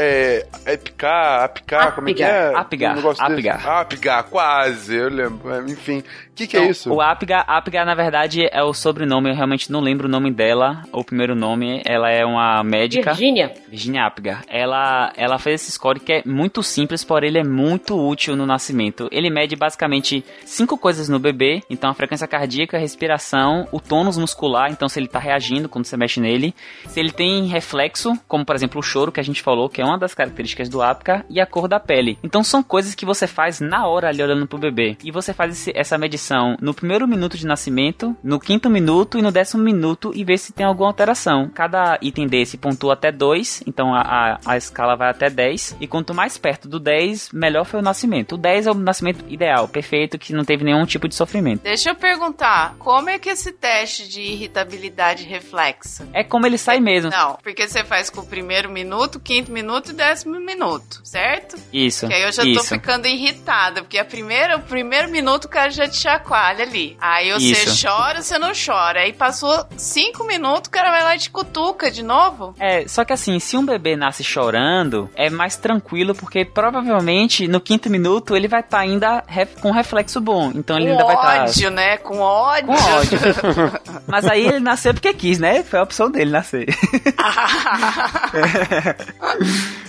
[SPEAKER 1] APGAR, como é que é? APGAR, quase, eu lembro. Enfim, o que é isso?
[SPEAKER 6] O APGAR, na verdade, é o sobrenome, eu realmente não lembro o nome dela, o primeiro nome, ela é uma médica. Virginia APGAR. Ela fez esse score que é muito simples, porém ele é muito útil no nascimento. Ele mede basicamente 5 coisas no bebê, então a frequência cardíaca, a respiração, o tônus muscular, então se ele tá reagindo quando você mexe nele, se ele tem reflexo, como por exemplo o choro que a gente falou, que é uma das características do APGAR, e a cor da pele. Então são coisas que você faz na hora ali olhando pro bebê. E você faz essa medição no primeiro minuto de nascimento, no 5º minuto e no 10º minuto e vê se tem alguma alteração. Cada item desse pontua até 2, então a escala vai até 10, e quanto mais perto do 10, melhor foi o nascimento. O 10 é o nascimento ideal, perfeito, que não teve nenhum tipo de sofrimento.
[SPEAKER 3] Deixa eu perguntar, como é que esse teste de irritabilidade reflexa?
[SPEAKER 6] É como ele sai mesmo.
[SPEAKER 3] Não, porque você faz com o 1º minuto, 5º minuto e 10º minuto, certo?
[SPEAKER 6] Isso.
[SPEAKER 3] Que aí eu já tô ficando irritada, porque o primeiro minuto o cara já te chacoalha ali. Aí você chora, você não chora. Aí passou 5 minutos, o cara vai lá e te cutuca de novo.
[SPEAKER 6] Só que assim, se um bebê nasce chorando, é mais tranquilo, porque provavelmente no 5º minuto ele vai estar ainda com reflexo bom. Então ele ainda vai estar...
[SPEAKER 3] ódio, né? Com ódio.
[SPEAKER 6] Mas aí ele nasceu porque quis, né? Foi a opção dele nascer.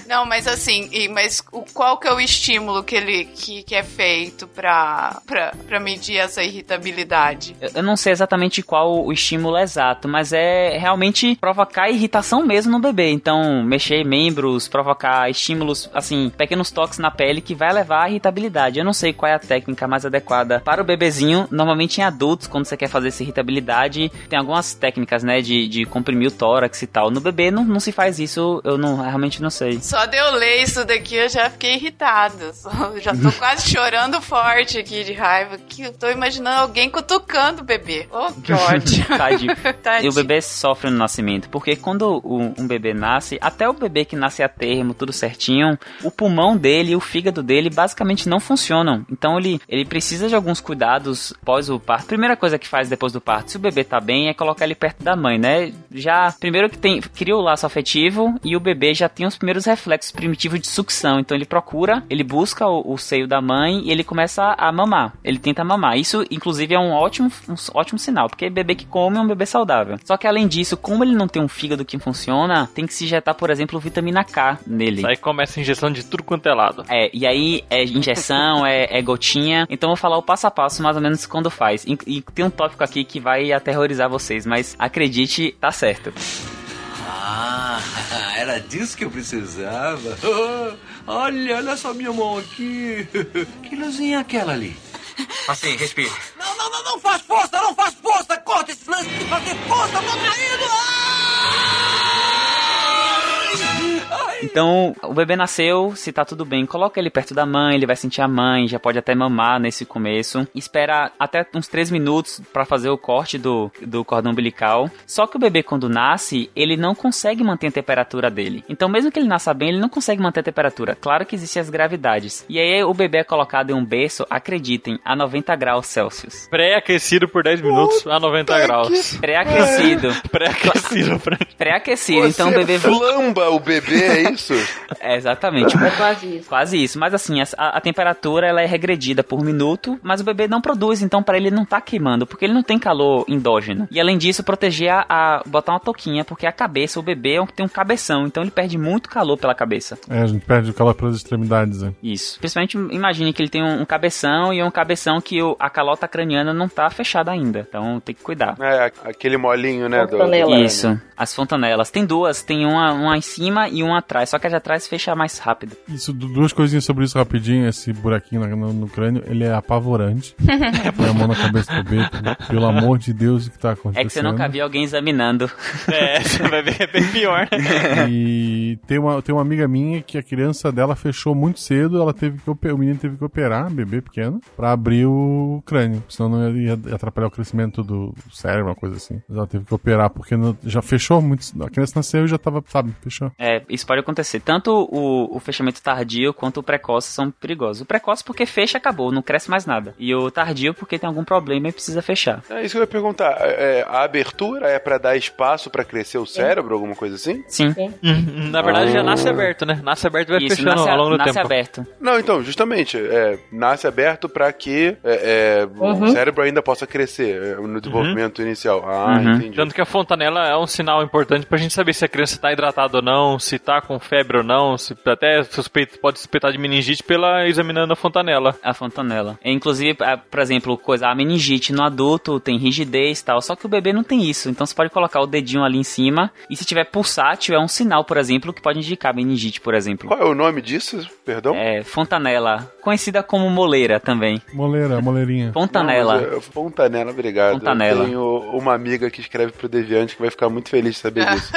[SPEAKER 3] Não, mas assim, qual que é o estímulo que é feito pra medir essa irritabilidade?
[SPEAKER 6] Eu não sei exatamente qual o estímulo exato, mas é realmente provocar irritação mesmo no bebê. Então, mexer membros, provocar estímulos, assim, pequenos toques na pele que vai levar à irritabilidade. Eu não sei qual é a técnica mais adequada para o bebezinho. Normalmente em adultos, quando você quer fazer essa irritabilidade, tem algumas técnicas, né, de comprimir o tórax e tal. No bebê não se faz isso, eu realmente não sei.
[SPEAKER 3] Só de eu ler isso daqui eu já fiquei irritado. Já tô quase chorando forte aqui de raiva, que eu tô imaginando alguém cutucando o bebê. Oh, que ódio.
[SPEAKER 6] Tadinho.
[SPEAKER 3] Tadinho.
[SPEAKER 6] E o bebê sofre no nascimento, porque quando um bebê nasce, até o bebê que nasce a termo, tudo certinho, o pulmão dele e o fígado dele basicamente não funcionam. Então ele precisa de alguns cuidados pós o parto. Primeira coisa que faz depois do parto, se o bebê tá bem, é colocar ele perto da mãe, né? Já, primeiro que cria o laço afetivo e o bebê já tem os primeiros reflexos primitivos de sucção. Então ele busca o seio da mãe e ele começa a mamar. Ele tenta mamar. Isso, inclusive, é um ótimo sinal, porque bebê que come é um bebê saudável. Só que, além disso, como ele não tem um fígado que funciona, tem que se injetar, por exemplo, vitamina K nele.
[SPEAKER 8] Aí começa a injeção de tudo quanto é lado.
[SPEAKER 6] E aí é injeção, é gotinha. Então eu vou falar o passo a passo, mais ou menos, quando faz. E tem um tópico aqui que vai aterrorizar vocês, mas acredite, tá certo.
[SPEAKER 10] Era disso que eu precisava. Olha só minha mão aqui. Que luzinha é aquela ali?
[SPEAKER 11] Assim, respire.
[SPEAKER 10] Não faz força, corta esse lance de fazer força, tô caindo.
[SPEAKER 6] Então, o bebê nasceu, se tá tudo bem, coloca ele perto da mãe, ele vai sentir a mãe, já pode até mamar nesse começo. Espera até uns 3 minutos pra fazer o corte do cordão umbilical. Só que o bebê, quando nasce, ele não consegue manter a temperatura dele. Então, mesmo que ele nasça bem, ele não consegue manter a temperatura. Claro que existem as gravidades. E aí, o bebê é colocado em um berço, acreditem, a 90 graus Celsius.
[SPEAKER 8] Pré-aquecido por 10 minutos a 90 graus.
[SPEAKER 6] Pré-aquecido.
[SPEAKER 8] Pré-aquecido.
[SPEAKER 6] Então, o bebê...
[SPEAKER 1] flamba o bebê, é isso?
[SPEAKER 6] É, exatamente.
[SPEAKER 9] É quase isso.
[SPEAKER 6] Quase isso. Mas assim, a temperatura ela é regredida por minuto, mas o bebê não produz, então pra ele não tá queimando, porque ele não tem calor endógeno. E além disso, proteger botar uma touquinha, porque a cabeça, o bebê tem um cabeção, então ele perde muito calor pela cabeça.
[SPEAKER 2] A gente perde o calor pelas extremidades, né?
[SPEAKER 6] Isso. Principalmente, imagine que ele tem um cabeção e é um cabeção que a calota craniana não tá fechada ainda. Então tem que cuidar.
[SPEAKER 1] Aquele molinho, né?
[SPEAKER 6] Isso. As fontanelas. Tem duas. Tem uma em cima e uma atrás. Só que a de atrás fecha mais rápido.
[SPEAKER 2] Isso, duas coisinhas sobre isso rapidinho. Esse buraquinho no crânio, ele é apavorante. Põe a mão na cabeça do bebê. Pelo amor de Deus, o que tá acontecendo?
[SPEAKER 6] É que você nunca viu alguém examinando.
[SPEAKER 8] Você vai ver, é bem pior.
[SPEAKER 2] E tem uma amiga minha que a criança dela fechou muito cedo. O menino teve que operar, bebê pequeno, pra abrir o crânio. Senão não ia atrapalhar o crescimento do cérebro, uma coisa assim. Mas ela teve que operar porque já fechou muito. A criança nasceu e já tava, fechou.
[SPEAKER 6] Isso pode acontecer. Tanto o fechamento tardio quanto o precoce são perigosos. O precoce porque fecha, acabou, não cresce mais nada. E o tardio porque tem algum problema e precisa fechar.
[SPEAKER 1] É isso que eu ia perguntar. A abertura é pra dar espaço pra crescer o cérebro, alguma coisa assim?
[SPEAKER 6] Sim.
[SPEAKER 8] Na verdade já nasce aberto, né? Nasce aberto e vai fechando ao longo do tempo.
[SPEAKER 6] Nasce aberto.
[SPEAKER 1] Não, então, justamente, nasce aberto pra que o cérebro ainda possa crescer no desenvolvimento inicial. Entendi.
[SPEAKER 8] Tanto que a fontanela é um sinal importante pra gente saber se a criança tá hidratada ou não, se tá com febre ou não, se até pode suspeitar de meningite examinando a fontanela.
[SPEAKER 6] A fontanela. Inclusive, por exemplo, a meningite no adulto tem rigidez e tal, só que o bebê não tem isso. Então você pode colocar o dedinho ali em cima e se tiver pulsátil, é um sinal, por exemplo, que pode indicar meningite, por exemplo.
[SPEAKER 1] Qual é o nome disso? Perdão?
[SPEAKER 6] Fontanela. Conhecida como moleira também.
[SPEAKER 2] Moleirinha.
[SPEAKER 6] Fontanela.
[SPEAKER 1] Fontanela, obrigado.
[SPEAKER 6] Fontanela.
[SPEAKER 1] Eu tenho uma amiga que escreve pro Deviante que vai ficar muito feliz de saber disso.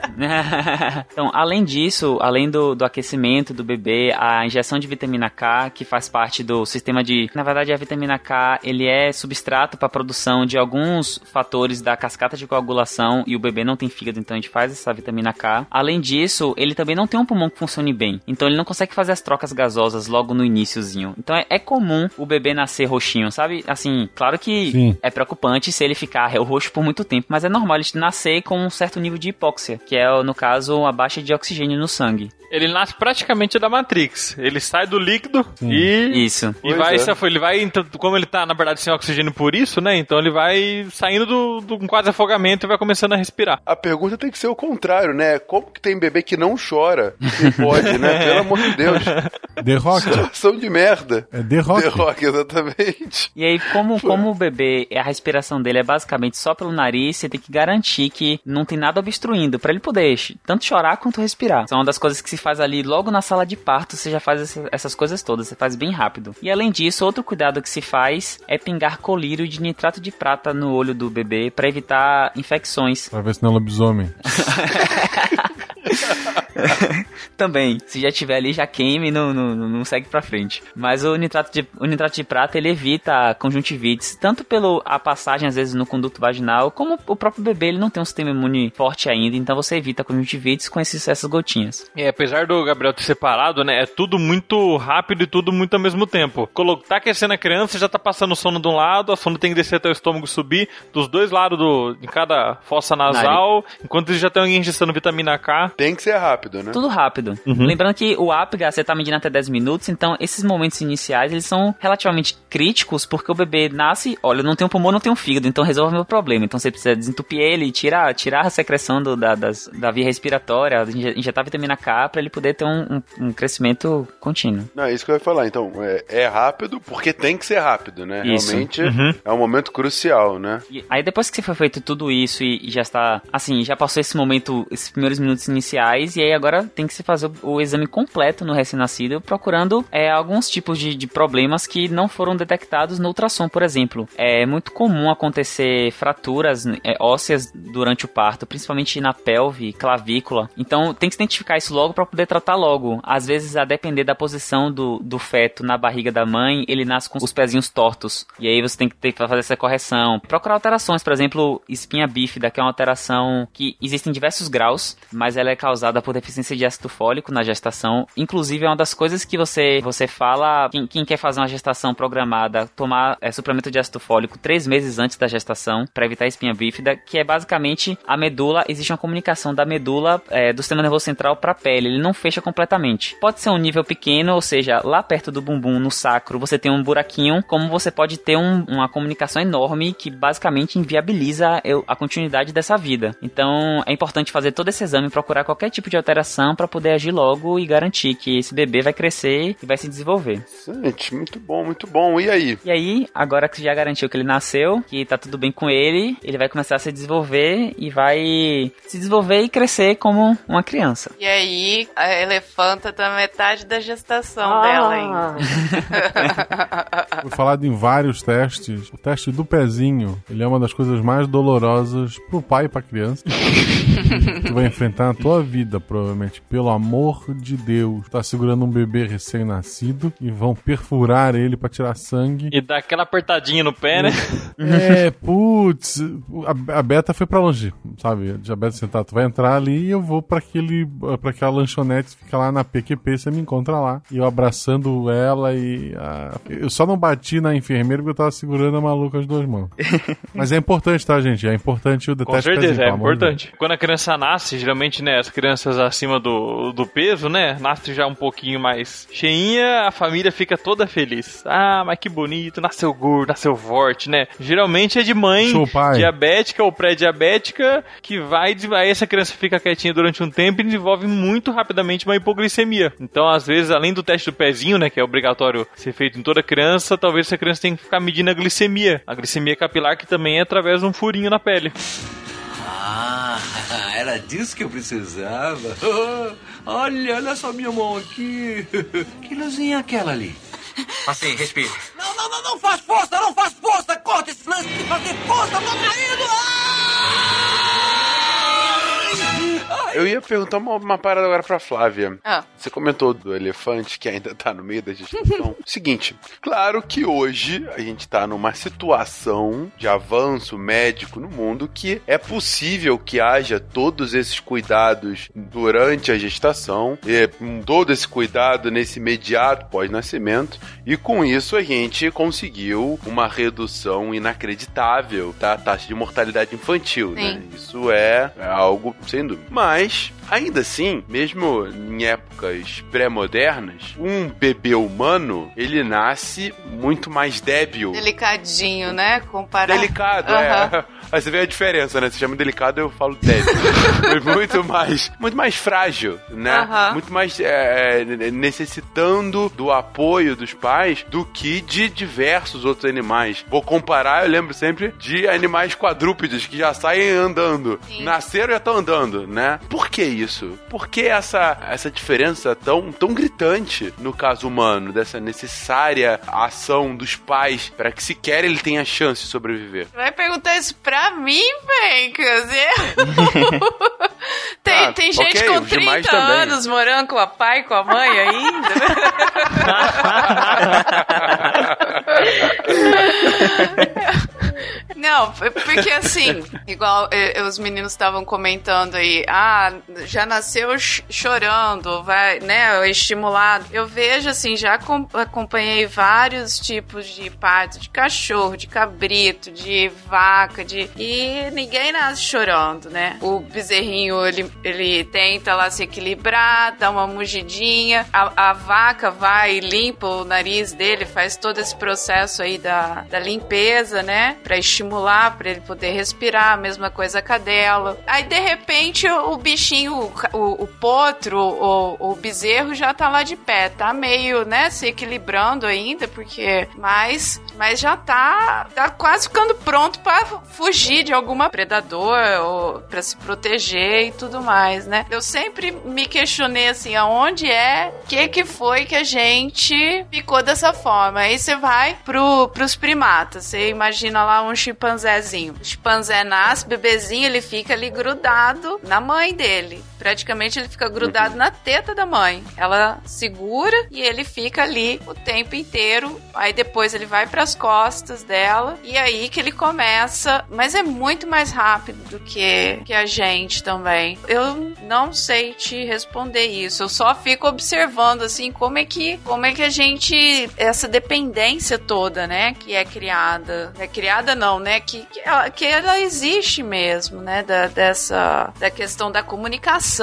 [SPEAKER 6] Então, além disso, além do aquecimento do bebê, a injeção de vitamina K, que faz parte do sistema de... Na verdade, a vitamina K, ele é substrato para a produção de alguns fatores da cascata de coagulação e o bebê não tem fígado, então a gente faz essa vitamina K. Além disso, ele também não tem um pulmão que funcione bem, então ele não consegue fazer as trocas gasosas logo no iniciozinho. Então é comum o bebê nascer roxinho, sabe? Assim, claro que
[SPEAKER 2] Sim.
[SPEAKER 6] É preocupante se ele ficar roxo por muito tempo, mas é normal ele nascer com um certo nível de hipóxia, que é, no caso, a baixa de oxigênio no sangue.
[SPEAKER 8] Ele nasce praticamente da Matrix. Ele sai do líquido e...
[SPEAKER 6] Isso.
[SPEAKER 8] E vai, ele vai, como ele tá, na verdade, sem oxigênio por isso, né? Então ele vai saindo do quase afogamento e vai começando a respirar.
[SPEAKER 1] A pergunta tem que ser o contrário, né? Como que tem bebê que não chora? Que pode, né? Pelo amor de Deus.
[SPEAKER 2] The Rock.
[SPEAKER 1] Situação de merda.
[SPEAKER 2] É The Rock.
[SPEAKER 1] The Rock, exatamente.
[SPEAKER 6] E aí, como o bebê, a respiração dele é basicamente só pelo nariz, você tem que garantir que não tem nada obstruindo pra ele poder tanto chorar quanto respirar. São uma das coisas que se faz ali logo na sala de parto, você já faz essas coisas todas, você faz bem rápido. E além disso, outro cuidado que se faz é pingar colírio de nitrato de prata no olho do bebê pra evitar infecções.
[SPEAKER 2] Pra ver se não é lobisomem.
[SPEAKER 6] Também, se já tiver ali, já queime e não segue pra frente. Mas o nitrato de prata, ele evita conjuntivites, tanto pela passagem, às vezes, no conduto vaginal, como o próprio bebê, ele não tem um sistema imune forte ainda, então você evita conjuntivites com essas gotinhas.
[SPEAKER 8] E apesar do Gabriel ter separado, né, é tudo muito rápido e tudo muito ao mesmo tempo. Tá aquecendo a criança, já tá passando o sono de um lado, a sono tem que descer até o estômago subir, dos dois lados em cada fossa nasal, enquanto já tem alguém injeção vitamina K.
[SPEAKER 1] Tem que ser rápido, né?
[SPEAKER 6] Tudo rápido. Lembrando que o APGAR, você tá medindo até 10 minutos, então esses momentos iniciais, eles são relativamente críticos, porque o bebê nasce, olha, não tem um pulmão, não tem um fígado, então resolve o meu problema. Então você precisa desentupir ele, tirar a secreção da via respiratória, injetar vitamina K pra ele poder ter um crescimento contínuo.
[SPEAKER 1] Não, é isso que eu ia falar. Então, é rápido porque tem que ser rápido, né?
[SPEAKER 6] Isso.
[SPEAKER 1] Realmente é um momento crucial, né?
[SPEAKER 6] E aí depois que foi feito tudo isso e já está, assim, já passou esse momento, esses primeiros minutos iniciais, e aí agora tem que se fazer o exame completo no recém-nascido, procurando alguns tipos de problemas que não foram detectados no ultrassom, por exemplo. É muito comum acontecer fraturas ósseas durante o parto, principalmente na pelve, clavícula. Então tem que se identificar isso logo para poder tratar logo. Às vezes, a depender da posição do feto na barriga da mãe, ele nasce com os pezinhos tortos. E aí você tem que fazer essa correção. Procurar alterações, por exemplo, espinha bífida, que é uma alteração que existe em diversos graus, mas ela é causada por deficiência de ácido fólico na gestação. Inclusive, é uma das coisas que você fala, quem quer fazer uma gestação programada, tomar suplemento de ácido fólico 3 meses antes da gestação, para evitar a espinha bífida, que é basicamente a medula, existe uma comunicação da medula do sistema nervoso central para a pele, ele não fecha completamente. Pode ser um nível pequeno, ou seja, lá perto do bumbum, no sacro, você tem um buraquinho, como você pode ter uma comunicação enorme que basicamente inviabiliza a continuidade dessa vida. Então, é importante fazer todo esse exame, procurar qualquer tipo de alteração para poder agir logo e garantir que esse bebê vai crescer e vai se desenvolver.
[SPEAKER 1] Gente, muito bom, muito bom. E aí?
[SPEAKER 6] E aí, agora que já garantiu que ele nasceu, que tá tudo bem com ele vai começar a se desenvolver e vai se desenvolver e crescer como uma criança.
[SPEAKER 3] E aí, a elefanta tá metade da gestação dela ainda.
[SPEAKER 2] Foi falado em vários testes. O teste do pezinho, ele é uma das coisas mais dolorosas pro pai e pra criança. Tu vai enfrentar na tua vida, provavelmente. Pelo amor de Deus. Tá segurando um bebê recém-nascido e vão perfurar ele pra tirar sangue.
[SPEAKER 8] E dar aquela apertadinha no pé, né?
[SPEAKER 2] Putz. A Beta foi pra longe, sabe? A Beta sentada, tu vai entrar ali e eu vou pra aquela lanchonete que fica lá na PQP, você me encontra lá. E eu abraçando ela e... eu só não bati na enfermeira porque eu tava segurando a maluca as 2 mãos. Mas é importante, tá, gente? É importante o
[SPEAKER 8] com certeza, é importante. Quando a criança nasce, geralmente, né, as crianças acima do peso, né, nasce já um pouquinho mais cheinha, a família fica toda feliz. Ah, mas que bonito, nasceu gordo, nasceu forte, né? Geralmente é de mãe diabética ou pré-diabética que aí essa criança fica quietinha durante um tempo e desenvolve muito rapidamente uma hipoglicemia. Então, às vezes, além do teste do pezinho, né, que é obrigatório ser feito em toda criança, talvez essa criança tenha que ficar medindo a glicemia capilar, que também é através de um furinho na pele.
[SPEAKER 10] Ah, era disso que eu precisava. Olha só minha mão aqui. Que luzinha é aquela ali?
[SPEAKER 11] Assim, respire.
[SPEAKER 10] Não faz força, corta esse lance de fazer força, eu tô caindo.
[SPEAKER 1] Eu ia queria perguntar uma parada agora pra Flávia.
[SPEAKER 3] Ah.
[SPEAKER 1] Você comentou do elefante que ainda tá no meio da gestação. Seguinte, claro que hoje a gente tá numa situação de avanço médico no mundo que é possível que haja todos esses cuidados durante a gestação, e todo esse cuidado nesse imediato pós-nascimento, e com isso a gente conseguiu uma redução inacreditável da taxa de mortalidade infantil, né? Isso é algo sem dúvida. Mas, ainda assim, mesmo em épocas pré-modernas, um bebê humano, ele nasce muito mais débil.
[SPEAKER 3] Delicadinho, né? Comparado.
[SPEAKER 1] Delicado, é. Aí você vê a diferença, né? Você chama delicado, eu falo débil. muito mais frágil, né? Muito mais necessitando do apoio dos pais do que de diversos outros animais. Vou comparar, eu lembro sempre de animais quadrúpedes que já saem andando. Sim. Nasceram e já estão andando, né? Por que isso? Por que essa diferença tão gritante no caso humano, dessa necessária ação dos pais para que sequer ele tenha chance de sobreviver?
[SPEAKER 3] Vai perguntar isso pra mim, Fencas? Tem gente com 30 anos morando com a pai e com a mãe ainda. Não, porque assim, igual os meninos estavam comentando aí, já nasceu chorando, vai, né, estimulado. Eu vejo assim, já acompanhei vários tipos de parto, de cachorro, de cabrito, de vaca, e ninguém nasce chorando, né? O bezerrinho, ele tenta lá se equilibrar, dá uma mugidinha, a vaca vai e limpa o nariz dele, faz todo esse processo aí da limpeza, né? Pra estimular, pra ele poder respirar, a mesma coisa a cadela. Aí, de repente, o bichinho, o potro, o bezerro já tá lá de pé, tá meio, né, se equilibrando ainda, porque... Mas já tá quase ficando pronto pra fugir de alguma predador, ou pra se proteger e tudo mais, né? Eu sempre me questionei, assim, aonde que foi que a gente ficou dessa forma? Aí você vai pros primatas, você imagina lá um chimpanzézinho. O chimpanzé nasce, bebezinho, ele fica ali grudado na mãe dele. Praticamente ele fica grudado na teta da mãe. Ela segura e ele fica ali o tempo inteiro. Aí depois ele vai pras costas dela e aí que ele começa. Mas é muito mais rápido do que a gente também. Eu não sei te responder isso. Eu só fico observando assim como é que a gente, essa dependência toda, né, que é criada. É criada não, né, que ela existe mesmo, né, da questão da comunicação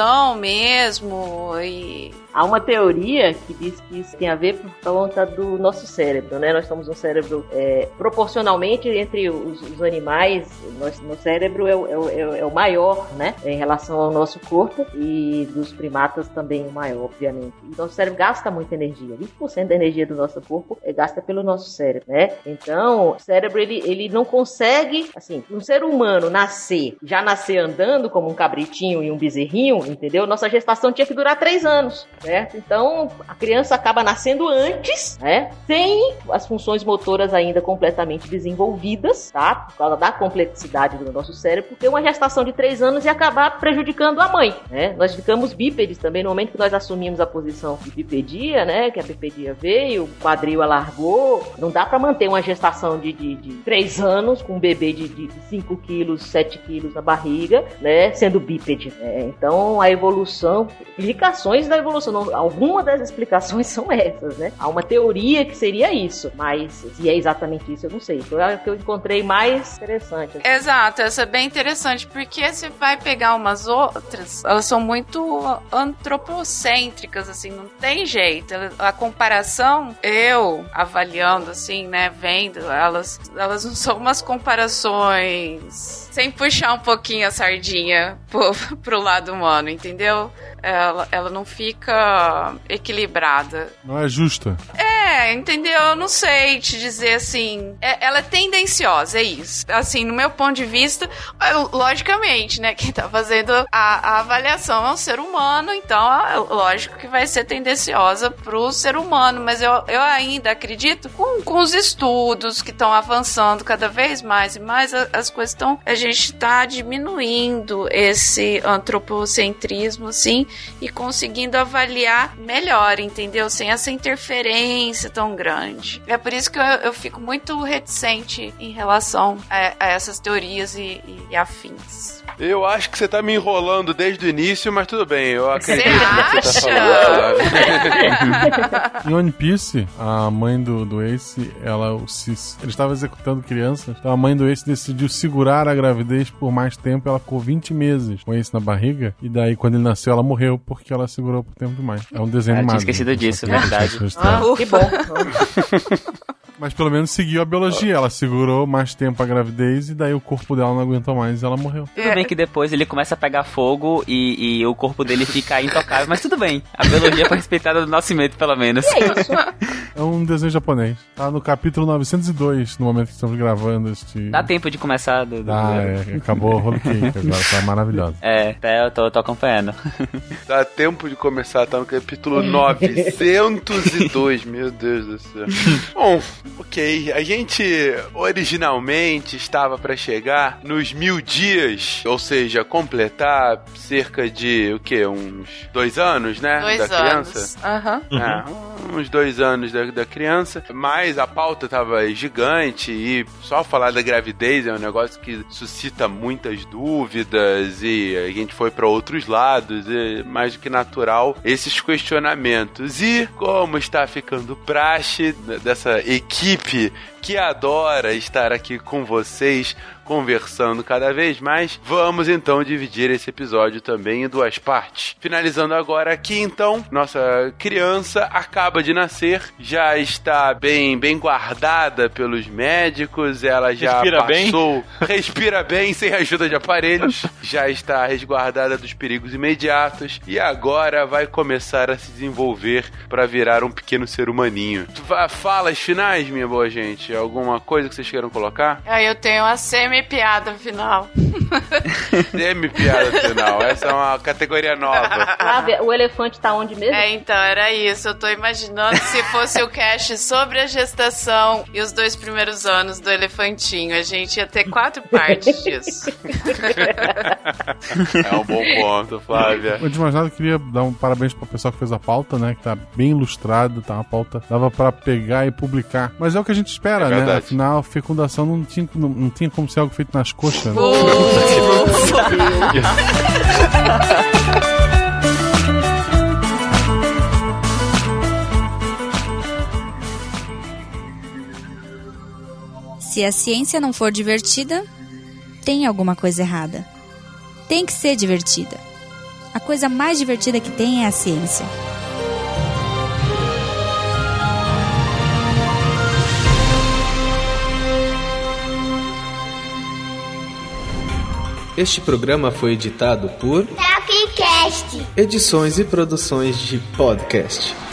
[SPEAKER 3] mesmo. E
[SPEAKER 9] há uma teoria que diz que isso tem a ver por conta do nosso cérebro, né? Nós temos um cérebro proporcionalmente entre os animais, nosso cérebro é o maior, né? Em relação ao nosso corpo, e dos primatas também o maior, obviamente. E nosso cérebro gasta muita energia. 20% da energia do nosso corpo é gasta pelo nosso cérebro, né? Então, o cérebro, ele não consegue, assim, um ser humano já nascer andando como um cabritinho e um bezerrinho, entendeu? Nossa gestação tinha que durar 3 anos. Certo? Então, a criança acaba nascendo antes, né? Sem as funções motoras ainda completamente desenvolvidas, tá? Por causa da complexidade do nosso cérebro, porque uma gestação de 3 anos ia acabar prejudicando a mãe, né? Nós ficamos bípedes também no momento que nós assumimos a posição de bipedia, né? Que a bipedia veio, o quadril alargou. Não dá pra manter uma gestação de 3 anos com um bebê de 5 quilos, 7 quilos na barriga, né? Sendo bípede, né? Então, a evolução, implicações da evolução, alguma das explicações são essas, né? Há uma teoria que seria isso, mas se é exatamente isso, eu não sei. Foi a que eu encontrei mais interessante. Assim.
[SPEAKER 3] Exato, essa é bem interessante, porque você vai pegar umas outras, elas são muito antropocêntricas, assim, não tem jeito. A comparação, eu avaliando, assim, né, vendo, elas não são umas comparações sem puxar um pouquinho a sardinha pro lado humano, entendeu? Ela não fica equilibrada.
[SPEAKER 2] Não é justa.
[SPEAKER 3] Entendeu? Eu não sei te dizer assim. Ela é tendenciosa, é isso. Assim, no meu ponto de vista, logicamente, né? Quem tá fazendo a avaliação é um ser humano, então lógico que vai ser tendenciosa pro ser humano, mas eu ainda acredito com os estudos que estão avançando cada vez mais e mais, as coisas estão. A gente tá diminuindo esse antropocentrismo, assim, e conseguindo avaliar melhor, entendeu? Sem essa interferência tão grande. É por isso que eu fico muito reticente em relação a essas teorias e afins.
[SPEAKER 1] Eu acho que você tá me enrolando desde o início, mas tudo bem, eu acredito
[SPEAKER 3] que
[SPEAKER 1] você tá falando.
[SPEAKER 2] Em One Piece, a mãe do Ace, ele estava executando crianças, então a mãe do Ace decidiu segurar a gravidez por mais tempo, ela ficou 20 meses com o Ace na barriga, e daí quando ele nasceu ela morreu porque ela segurou por tempo demais. É um desenho animado.
[SPEAKER 6] Eu tinha esquecido disso, é verdade.
[SPEAKER 5] Que bom.
[SPEAKER 2] Mas pelo menos seguiu a biologia. Ela segurou mais tempo a gravidez e daí o corpo dela não aguentou mais e ela morreu.
[SPEAKER 6] Tudo bem que depois ele começa a pegar fogo e o corpo dele fica intocável, mas tudo bem. A biologia foi respeitada do nascimento, pelo menos.
[SPEAKER 5] É isso.
[SPEAKER 2] É um desenho japonês. Tá no capítulo 902, no momento que estamos gravando este...
[SPEAKER 6] Dá tempo de começar
[SPEAKER 2] acabou o Holy Cake agora, tá maravilhoso.
[SPEAKER 6] Eu tô acompanhando.
[SPEAKER 1] Dá tempo de começar, tá no capítulo 902, meu Deus do céu. Bom, ok, a gente originalmente estava para chegar nos 1000 dias, ou seja, completar cerca de, uns 2 anos, né?
[SPEAKER 3] 2
[SPEAKER 1] da criança. Uns 2 anos da criança, mas a pauta tava gigante e só falar da gravidez é um negócio que suscita muitas dúvidas e a gente foi para outros lados, e mais do que natural esses questionamentos. E como está ficando praxe dessa equipe que adora estar aqui com vocês, conversando cada vez mais, vamos então dividir esse episódio também em 2 partes. Finalizando agora aqui, então, nossa criança acaba de nascer, já está bem guardada pelos médicos, ela já respira bem, sem ajuda de aparelhos, já está resguardada dos perigos imediatos e agora vai começar a se desenvolver para virar um pequeno ser humaninho. Falas finais, minha boa gente? Alguma coisa que vocês queiram colocar?
[SPEAKER 3] Eu tenho uma semi-piada final.
[SPEAKER 1] Semi-piada final. Essa é uma categoria nova.
[SPEAKER 9] Flávia, o elefante tá onde mesmo?
[SPEAKER 3] Então, era isso. Eu tô imaginando se fosse o cast sobre a gestação e os 2 primeiros anos do elefantinho. A gente ia ter 4 partes disso.
[SPEAKER 1] É um bom ponto, Flávia.
[SPEAKER 2] Antes de mais nada, eu queria dar um parabéns pro pessoal que fez a pauta, né? Que tá bem ilustrado, tá? A pauta dava pra pegar e publicar. Mas é o que a gente espera, né? Afinal, a fecundação não tinha como ser algo feito nas coxas, né?
[SPEAKER 7] Se a ciência não for divertida, tem alguma coisa errada. Tem que ser divertida. A coisa mais divertida que tem é a ciência.
[SPEAKER 11] Este programa foi editado por
[SPEAKER 12] Talkcast.
[SPEAKER 11] Edições e produções de podcast.